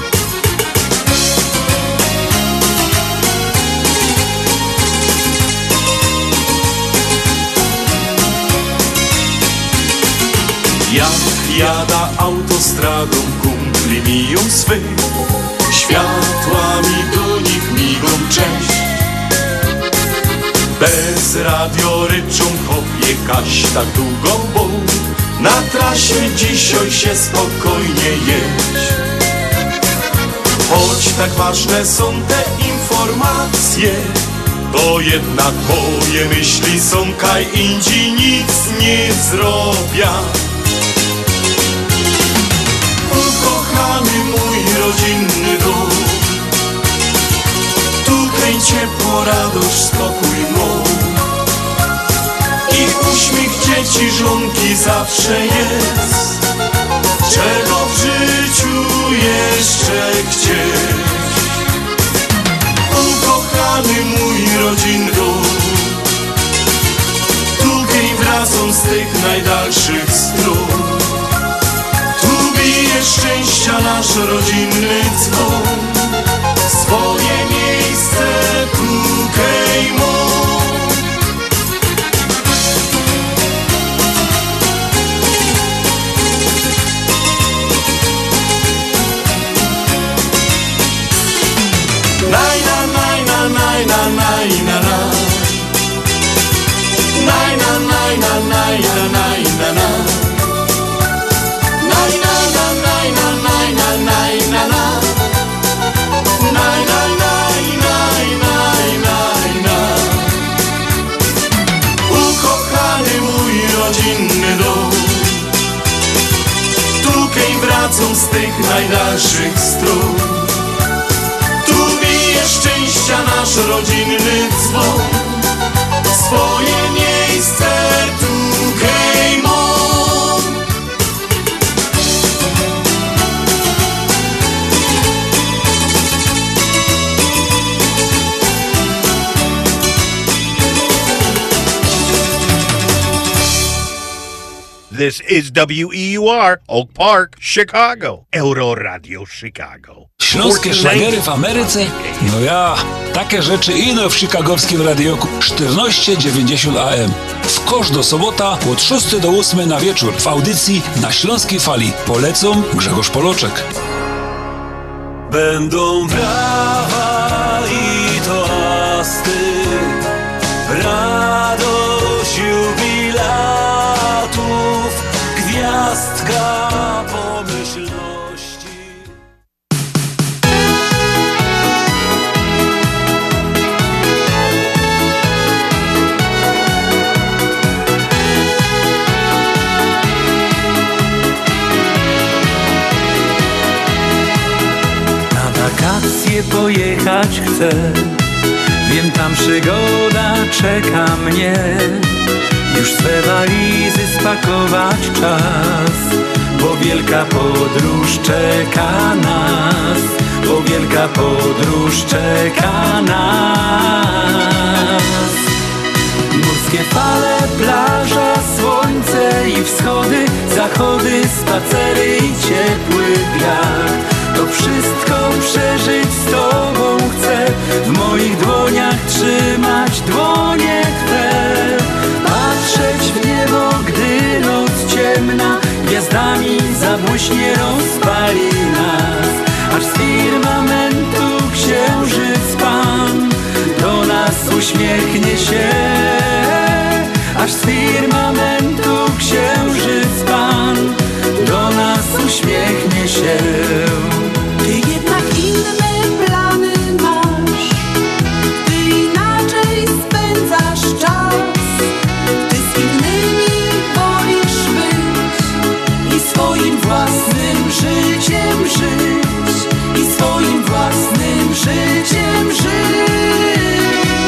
Jak jada autostradą, kumpli miją swych, światłami do nich migą cześć. Bez radioryczą kopie Kaś tak długo, bo na trasie dzisiaj się spokojnie jedź. Choć tak ważne są te informacje, to jednak moje myśli są kaj indziej nic nie zrobią. Ukochany mój rodzinny dom, tutaj ciepło, radość, spokój mój i uśmiech dzieci, żonki zawsze jest, czego w życiu jeszcze chcieć. Ukochany mój rodzinny dom, tutaj wracam z tych najdalszych stron. Tu bije szczęścia nasz rodzinny dzwon, swoje miejsce tutaj mam. Ukochany mój rodzinny dom, tutaj wracam z tych najdalszych stron. Tu bije szczęścia nasz rodzinny dzwon, swoje miejsce tutaj mam. This is WEUR, Oak Park, Chicago. Euro Radio Chicago. Śląskie szlagery w Ameryce? No ja, takie rzeczy ino w chicagowskim radioku 1490 AM. W każdą sobota od 6 do 8 na wieczór w audycji na Śląskiej Fali. Polecą Grzegorz Poloczek. Będą brawa i toasty, radość jubilatów, gwiazdka pomyślności. Na wakacje pojechać chcę, wiem, tam przygoda czeka mnie. Już swe walizy spakować czas, bo wielka podróż czeka nas, bo wielka podróż czeka nas. Górskie fale, plaża, słońce i wschody, zachody, spacery i ciepły wiatr. To wszystko przeżyć z Tobą chcę, w moich dłoniach trzymać dłonie Twe. Patrzeć w niebo, gdy noc ciemna gwiazdami zabłyśnie, rozpali nas. Aż z firmamentu księżyc Pan do nas uśmiechnie się. Aż z firmamentu księżyc Pan do nas uśmiechnie się. Ty jednak inne plany masz, ty inaczej spędzasz czas. Ty z innymi wolisz być i swoim własnym życiem żyć, i swoim własnym życiem żyć.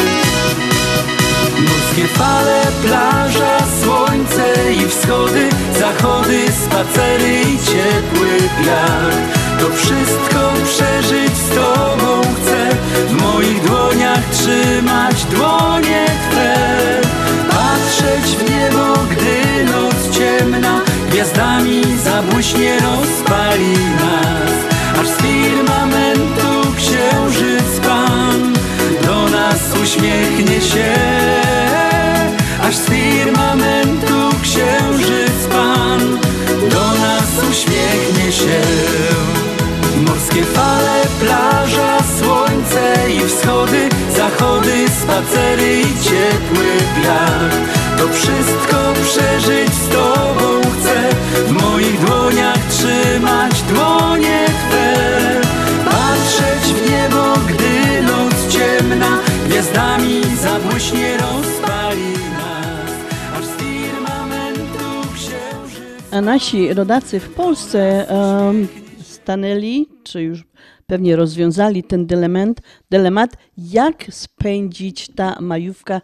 Górskie fale, plaża, słońce i wschody, zachody, spacery i ciepły wiatr. To wszystko przeżyć z Tobą chcę, w moich dłoniach trzymać dłonie Twe. Patrzeć w niebo, gdy noc ciemna gwiazdami zabłyśnie, rozpali nas. Aż z firmamentu księżyc Pan do nas uśmiechnie się. Aż z firmamentu księżyc Pan do nas uśmiechnie się. Morskie fale, plaża, słońce i wschody, zachody, spacery i ciepły wiatr. To wszystko przeżyć z Tobą chcę, w moich dłoniach trzymać dłonie Twe. Patrzeć w niebo, gdy noc ciemna gwiazdami zabłyśnie, rozpali nas, aż z firmamentu księżyc. A nasi rodacy w Polsce stanęli, czy już pewnie rozwiązali ten dylemat, jak spędzić ta majówka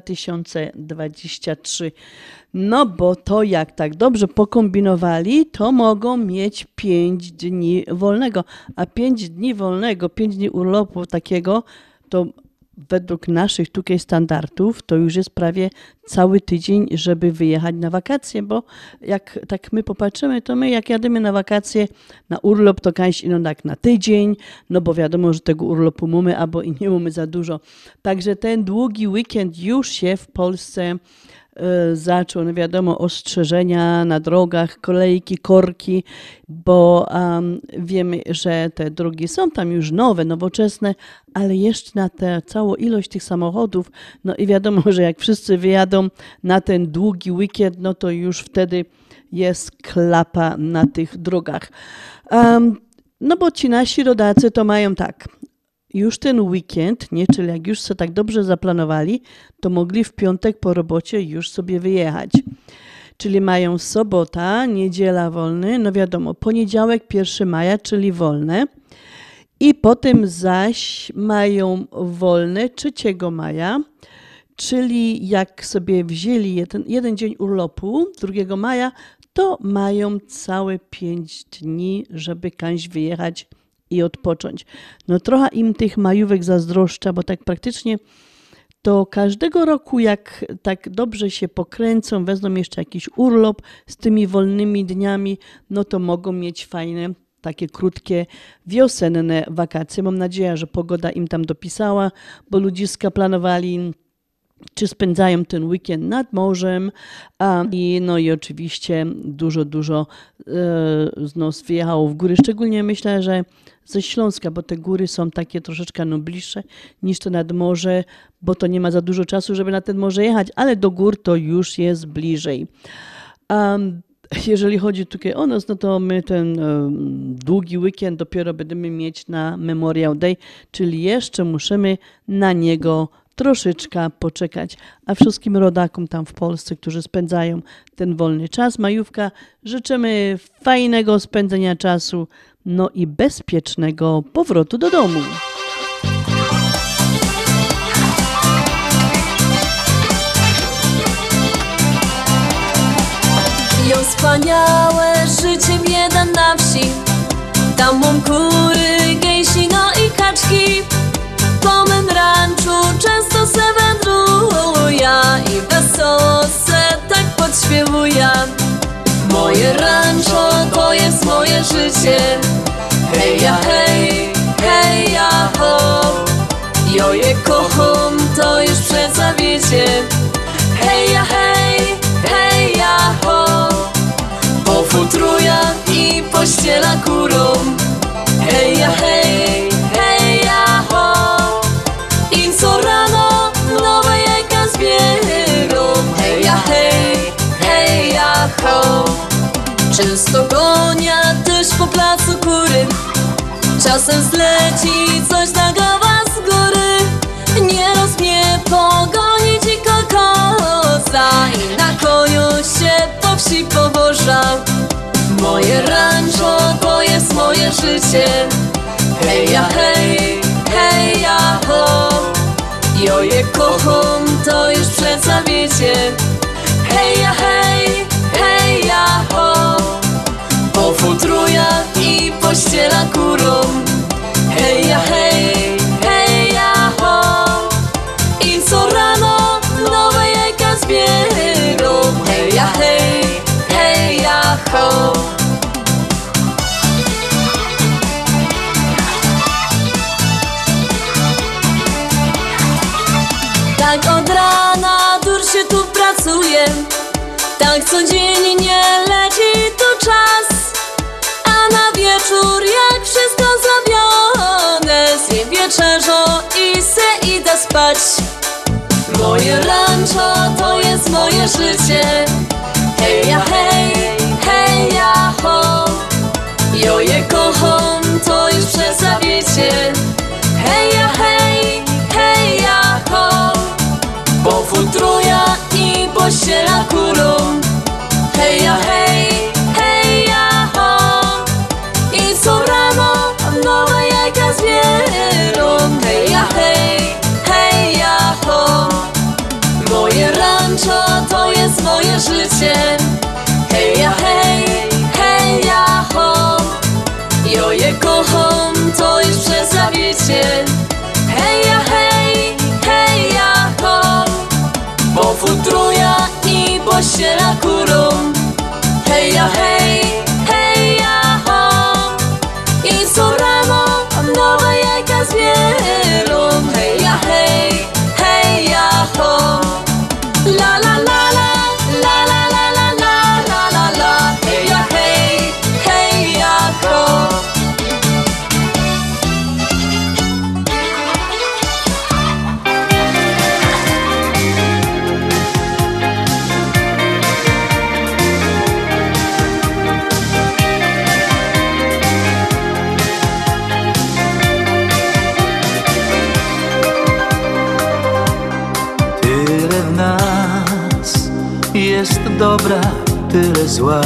2023. No bo to jak tak dobrze pokombinowali, to mogą mieć 5 dni wolnego. A 5 dni wolnego, 5 dni urlopu takiego, to według naszych tutaj standardów to już jest prawie cały tydzień, żeby wyjechać na wakacje, bo jak tak my popatrzymy, to my jak jadymy na wakacje, na urlop, to kaś ino tak na tydzień, no bo wiadomo, że tego urlopu mamy, albo i nie mamy za dużo. Także ten długi weekend już się w Polsce zaczął, no wiadomo, ostrzeżenia na drogach, kolejki, korki, bo wiemy, że te drogi są tam już nowe, nowoczesne, ale jeszcze na tę całą ilość tych samochodów, no i wiadomo, że jak wszyscy wyjadą na ten długi weekend, no to już wtedy jest klapa na tych drogach. No bo ci nasi rodacy to mają tak, już ten weekend, nie, czyli jak już sobie tak dobrze zaplanowali, to mogli w piątek po robocie już sobie wyjechać. Czyli mają sobota, niedziela wolny, no wiadomo, poniedziałek 1 maja, czyli wolne. I potem zaś mają wolne 3 maja, czyli jak sobie wzięli jeden dzień urlopu 2 maja, to mają całe 5 dni, żeby kaś wyjechać i odpocząć. No trochę im tych majówek zazdroszczę, bo tak praktycznie to każdego roku jak tak dobrze się pokręcą, wezmą jeszcze jakiś urlop z tymi wolnymi dniami, no to mogą mieć fajne, takie krótkie, wiosenne wakacje. Mam nadzieję, że pogoda im tam dopisała, bo ludziska planowali, czy spędzają ten weekend nad morzem, no i oczywiście dużo z nas wyjechało w góry, szczególnie myślę, że ze Śląska, bo te góry są takie troszeczkę bliższe niż to nad morze, bo to nie ma za dużo czasu, żeby na ten morze jechać, ale do gór to już jest bliżej. Jeżeli chodzi tutaj o nas, no to my ten długi weekend dopiero będziemy mieć na Memorial Day, czyli jeszcze musimy na niego troszeczkę poczekać. A wszystkim rodakom tam w Polsce, którzy spędzają ten wolny czas, majówka, życzymy fajnego spędzenia czasu, no i bezpiecznego powrotu do domu. Jo wspaniałe życie jeden na wsi. Tam mam kury, gęsi, no i kaczki. Po mym ranczu często se wędruję i wesoło se tak podśpiewuję. Moje rancho to jest moje życie. Hej ja hej, hej ja ho. Jo je kocham, to już przeca wiecie. Hej ja hej, hej ja ho. Pofutruję i pościela kurą. Hej ja hej, hej ja ho. I co rano nowe jajka zbierą. Hej ja hej, hej ja ho. Często gonia też po placu kury. Czasem zleci coś na głowa z góry. Nieraz mnie pogoni dziko koza i na koniu się po wsi powoża. Moje rancho to jest moje życie. Hej ja hej, hej ja ho. Jo je kocham, to już przeca wiecie. Hej ja hej, hej ja ho. Pofutruję i pościela kurą. Hej ja hej, hej ja ho. I co rano nowe jajka zbierą. Hej ja hej, hej ja ho. Tak od rana dur się tu pracuje. Tak codziennie leci tu czas. A na wieczór jak wszystko zrobione, zjem wieczerzo i se idę spać. Moje rancho to jest moje życie. Hej ja, hej, hej ja, ho. Jo je kocham, to już przesawicie. Hej ja, hej, hej ja, ho. Bo futruja i pościela kurą. Hej ja, hej, hej ja, ho. I co rano nowe jajka zbierą. Hej ja, hej, hej ja, ho. Moje rancho to jest moje życie. Hej ja, hej, hej ja, ho. Jo je kocham, to już przesawicie. Hej ja, hej, hej ja, ho. Bo futruja i pościela kurą. Hej ja, hej, hej ja, ho. I co rano nowe jajka zbierą. Hej ja, hej, hej ja, ho. La la la la, la la la la la la la la. Hej ja, hej, hej ja, ho. Tyle w nas jest dobra, tyle zła.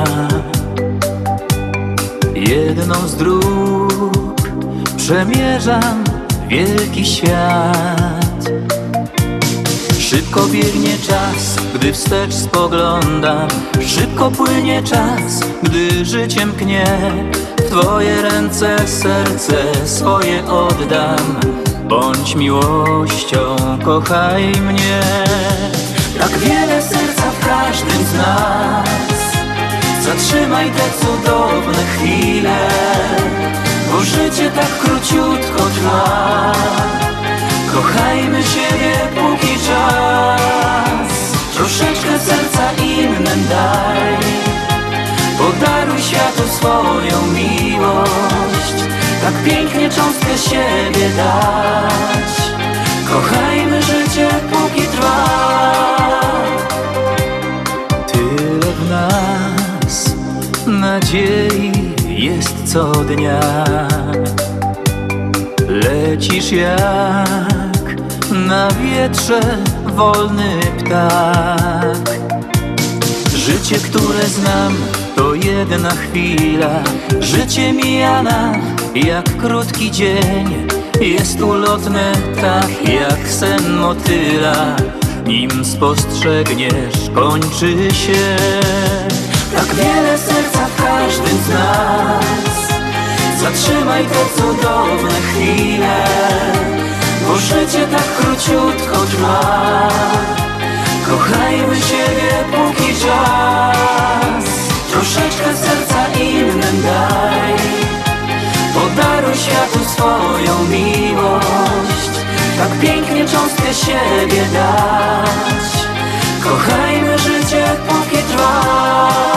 Jedną z dróg przemierzam wielki świat. Szybko biegnie czas, gdy wstecz spoglądam. Szybko płynie czas, gdy życiem mknie. W Twoje ręce serce swoje oddam. Bądź miłością, kochaj mnie. Tak wiele serca w każdym z nas. Zatrzymaj te cudowne chwile, bo życie tak króciutko trwa. Kochajmy siebie póki czas. Troszeczkę serca innym daj. Podaruj światu swoją miłość. Tak pięknie cząstkę siebie dać. Kochajmy życie póki trwa. Tyle w nas nadziei jest co dnia. Lecisz jak na wietrze wolny ptak. Życie, które znam, to jedna chwila. Życie mija nam jak krótki dzień. Jest ulotne tak jak sen motyla. Nim spostrzegniesz, kończy się. Tak wiele serca w każdym z nas. Zatrzymaj te cudowne chwile, bo życie tak króciutko trwa. Kochajmy siebie póki czas. Troszeczkę serca innym daj. Podaruj światu swoją miłość. Tak pięknie cząstkę siebie dać. Kochajmy życie póki trwa.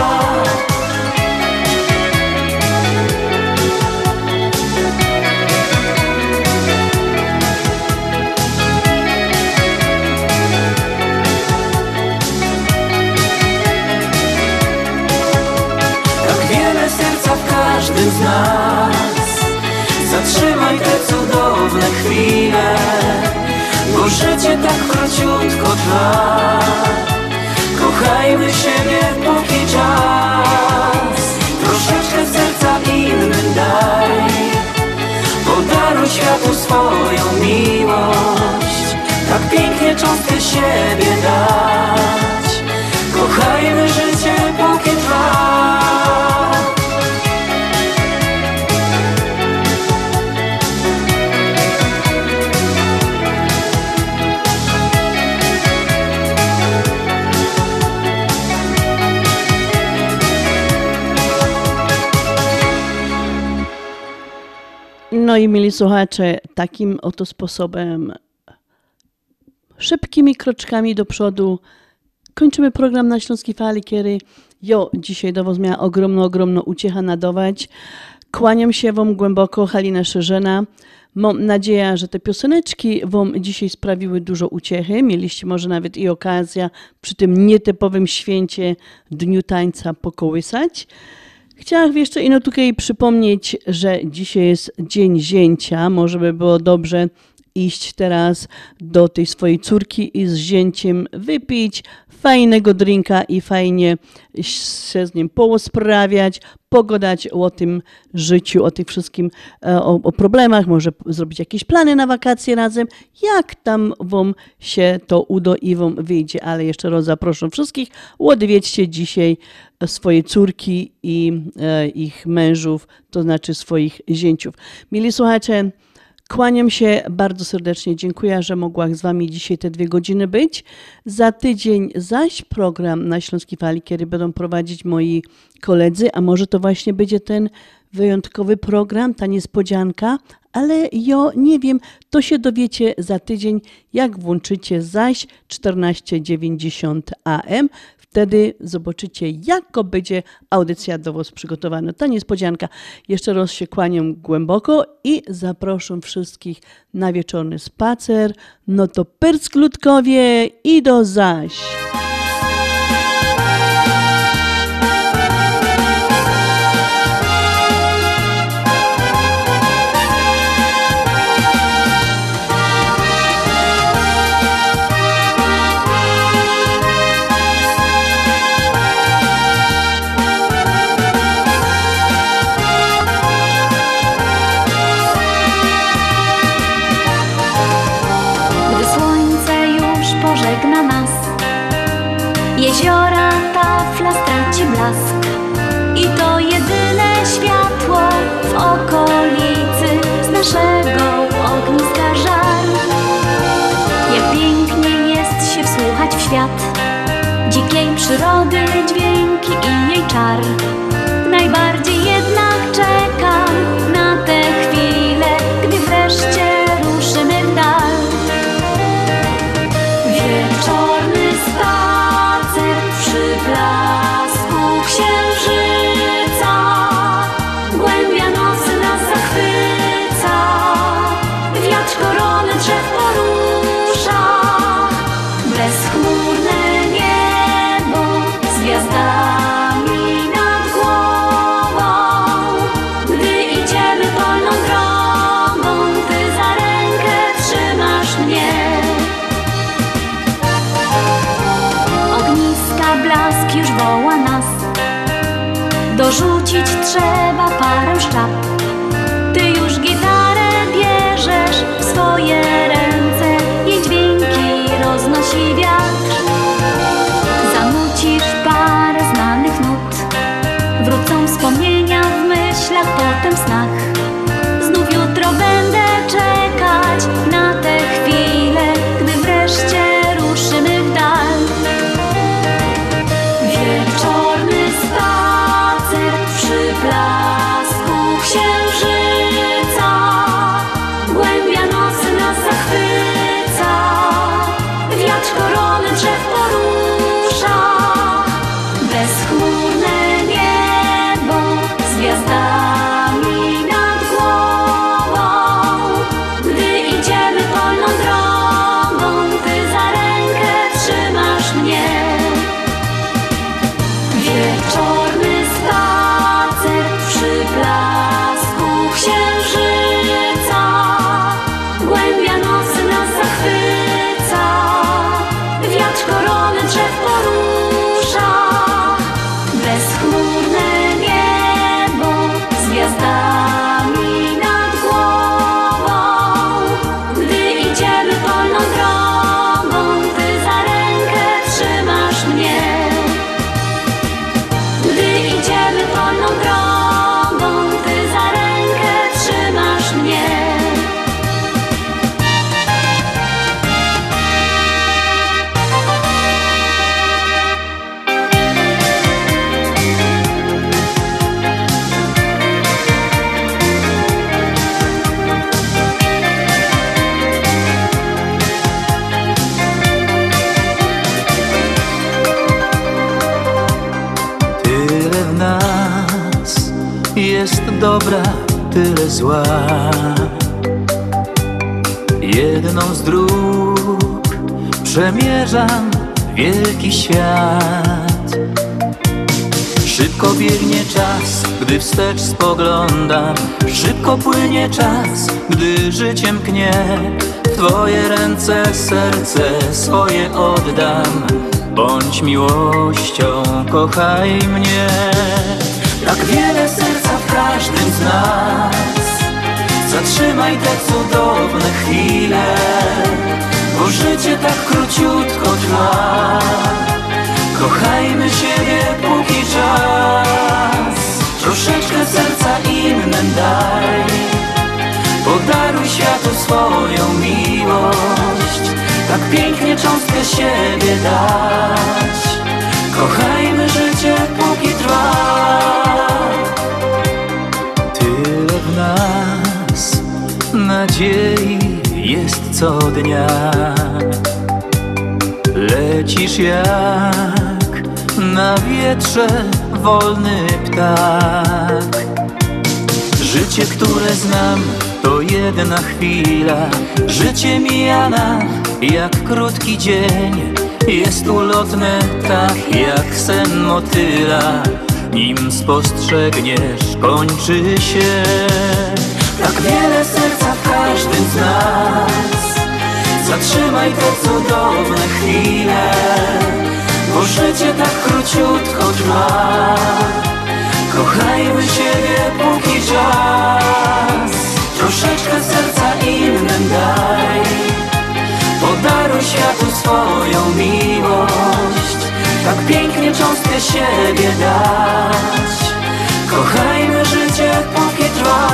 Każdy z nas. Zatrzymaj te cudowne chwile, bo życie tak króciutko trwa. Kochajmy siebie póki czas. Troszeczkę serca innym daj. Podaruj światu swoją miłość. Tak pięknie cząstkę siebie dać. Kochajmy życie póki trwa. No i mili słuchacze, takim oto sposobem, szybkimi kroczkami do przodu kończymy program na Śląskiej Fali, kiedy dzisiaj do was miała ogromną uciecha nadawać. Kłaniam się wam głęboko, Halina Szerzena. Mam nadzieję, że te pioseneczki wam dzisiaj sprawiły dużo uciechy. Mieliście może nawet i okazję przy tym nietypowym święcie Dniu Tańca pokołysać. Chciałam jeszcze ino tutaj przypomnieć, że dzisiaj jest Dzień Zięcia. Może by było dobrze iść teraz do tej swojej córki i z zięciem wypić fajnego drinka i fajnie się z nim posprawiać, pogadać o tym życiu, o tych wszystkim, o problemach, może zrobić jakieś plany na wakacje razem, jak tam wam się to uda i wam wyjdzie. Ale jeszcze raz zaproszę wszystkich, odwiedźcie dzisiaj swoje córki i ich mężów, to znaczy swoich zięciów. Mili słuchacze, kłaniam się bardzo serdecznie. Dziękuję, że mogłam z wami dzisiaj te 2 godziny być. Za tydzień zaś program na Śląskiej Fali, kiedy będą prowadzić moi koledzy, a może to właśnie będzie ten wyjątkowy program, ta niespodzianka, ale ja nie wiem, to się dowiecie za tydzień, jak włączycie zaś 1490 AM. Wtedy zobaczycie, jaka będzie audycja do was przygotowana. Ta niespodzianka. Jeszcze raz się kłaniam głęboko i zapraszam wszystkich na wieczorny spacer. No to pyrsk ludkowie i do zaś. Jeziora tafla straci blask i to jedyne światło w okolicy z naszego ogniska żar. Jak pięknie jest się wsłuchać w świat dzikiej przyrody, dźwięki i jej czar. Najbardziej jednak czekam na tę chwilę, gdy wreszcie ruszymy w dal. Wieczorny spacer przy blasku księżyca, głębia nocy nas zachwyca, wiatr korony drzew porusza, bezchmurne niebo z gwiazdami nad głową. Gdy idziemy polną drogą, ty za rękę trzymasz mnie. Blask już woła nas, dorzucić trzeba parę szczap. Ty już gitarę bierzesz w swoje ręce, jej dźwięki roznosi wiatr. Zanucisz parę znanych nut, wrócą wspomnienia w myślach, potem w snach. Znów jutro będę czekać na tę chwilę, gdy wreszcie ruszymy w dal. Wieczorny spacer przy blasku księżyca, głębia nocy nas zachwyca, wiatr korony dobra, tyle zła. Jedną z dróg przemierzam wielki świat. Szybko biegnie czas, gdy wstecz spoglądam. Szybko płynie czas, gdy życie mknie. W Twoje ręce serce swoje oddam. Bądź miłością, kochaj mnie. Tak wiele serca w każdym z nas. Zatrzymaj te cudowne chwile, bo życie tak króciutko trwa. Kochajmy siebie póki czas. Troszeczkę serca innym daj. Podaruj światu swoją miłość. Tak pięknie cząstkę siebie dać. Kochajmy życie póki trwa. Tyle w nas nadziei jest co dnia. Lecisz jak na wietrze wolny ptak. Życie, które znam, to jedna chwila. Życie mija nam jak krótki dzień. Jest ulotne tak jak sen motyla. Nim spostrzegniesz, kończy się. Tak wiele serca w każdym z nas. Zatrzymaj te cudowne chwile, bo życie tak króciutko trwa. Kochajmy siebie póki czas. Troszeczkę serca innym daj. Podaruj światu swoją miłość. Tak pięknie cząstkę siebie dać. Kochajmy życie póki trwa.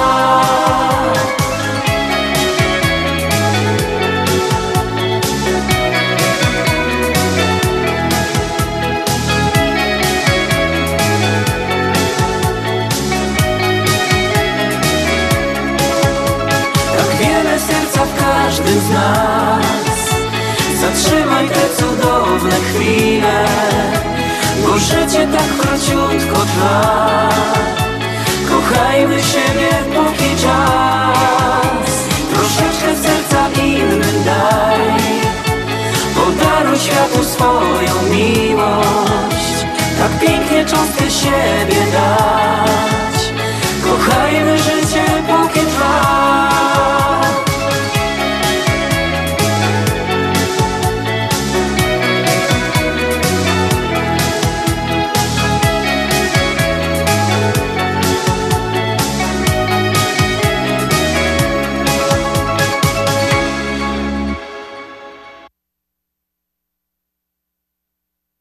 W każdym z nas. Zatrzymaj te cudowne chwile, bo życie tak króciutko trwa. Kochajmy siebie póki czas. Troszeczkę serca innym daj. Podaruj światu swoją miłość. Tak pięknie cząstkę siebie daj.